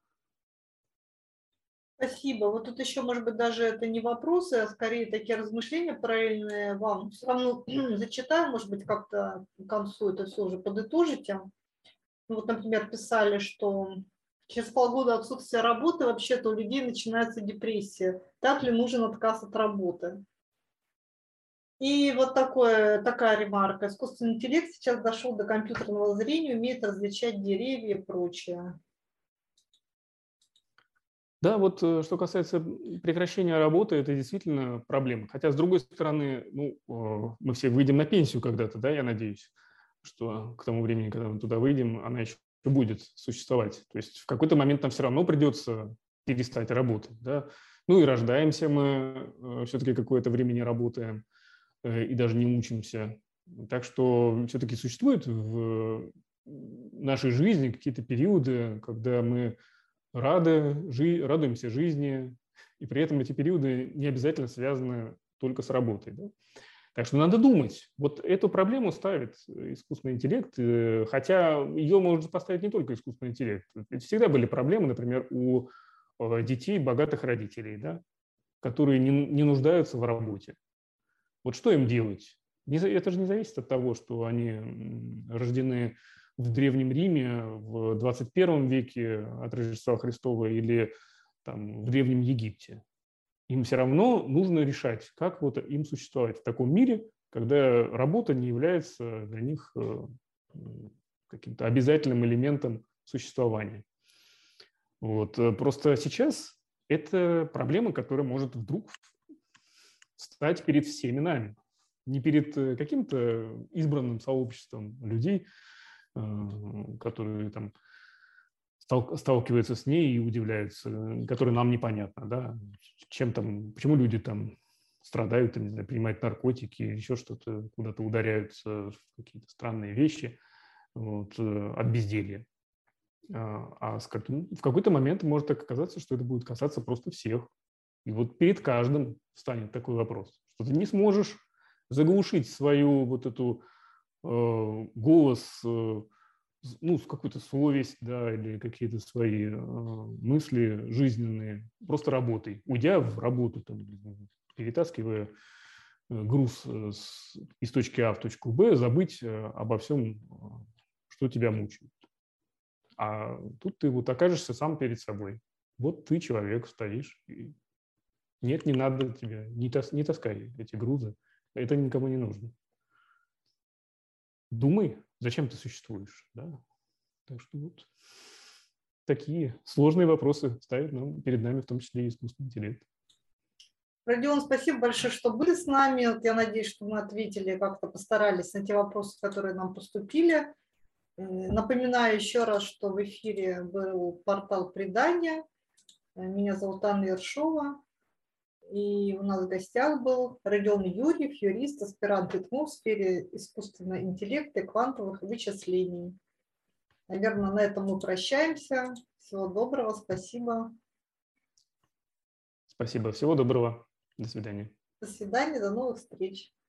Спасибо. Вот тут еще, может быть, даже это не вопросы, а скорее такие размышления параллельные вам. Все равно зачитаю, может быть, как-то к концу это все уже подытожите. Ну, вот, например, писали, что через полгода отсутствия работы вообще-то у людей начинается депрессия. Так ли нужен отказ от работы? И вот такая ремарка. Искусственный интеллект сейчас дошел до компьютерного зрения, умеет различать деревья и прочее. Да, вот что касается прекращения работы, это действительно проблема. Хотя, с другой стороны, ну, мы все выйдем на пенсию когда-то, да, я надеюсь, что к тому времени, когда мы туда выйдем, она еще будет существовать. То есть в какой-то момент нам все равно придется перестать работать, да. Ну и рождаемся мы, все-таки какое-то время не работаем и даже не учимся. Так что все-таки существуют в нашей жизни какие-то периоды, когда мы радуемся жизни, и при этом эти периоды не обязательно связаны только с работой. Да? Так что надо думать. Вот эту проблему ставит искусственный интеллект, хотя ее может поставить не только искусственный интеллект. Ведь всегда были проблемы, например, у детей богатых родителей, да, которые не нуждаются в работе. Вот что им делать? Это же не зависит от того, что они рождены в Древнем Риме в 21 веке от Рождества Христова или там, в Древнем Египте. Им все равно нужно решать, как вот им существовать в таком мире, когда работа не является для них каким-то обязательным элементом существования. Вот. Просто сейчас это проблема, которая может вдруг стать перед всеми нами. Не перед каким-то избранным сообществом людей, которые там сталкиваются с ней и удивляются, которые нам непонятно, да, почему люди там страдают, там, не знаю, принимают наркотики, еще что-то, куда-то ударяются в какие-то странные вещи вот, от безделья. А в какой-то момент может так оказаться, что это будет касаться просто всех. И вот перед каждым встанет такой вопрос, что ты не сможешь заглушить свою вот эту голос, ну, какую-то совесть, да, или какие-то свои мысли жизненные, просто работой, уйдя в работу, там, перетаскивая груз из точки А в точку Б, забыть обо всем, что тебя мучает. А тут ты вот окажешься сам перед собой. Вот ты человек, стоишь. И нет, не надо тебя, не таскай эти грузы. Это никому не нужно. Думай, зачем ты существуешь. Да? Так что вот такие сложные вопросы ставят перед нами, в том числе и искусственный интеллект. Родион, спасибо большое, что были с нами. Вот я надеюсь, что мы ответили, как-то постарались на те вопросы, которые нам поступили. Напоминаю еще раз, что в эфире был портал «Предания». Меня зовут Анна Ершова. И у нас в гостях был Родион Юрьев, юрист, аспирант ИТМО в сфере искусственного интеллекта и квантовых вычислений. Наверное, на этом мы прощаемся. Всего доброго, спасибо. Спасибо, всего доброго. До свидания. До свидания, до новых встреч.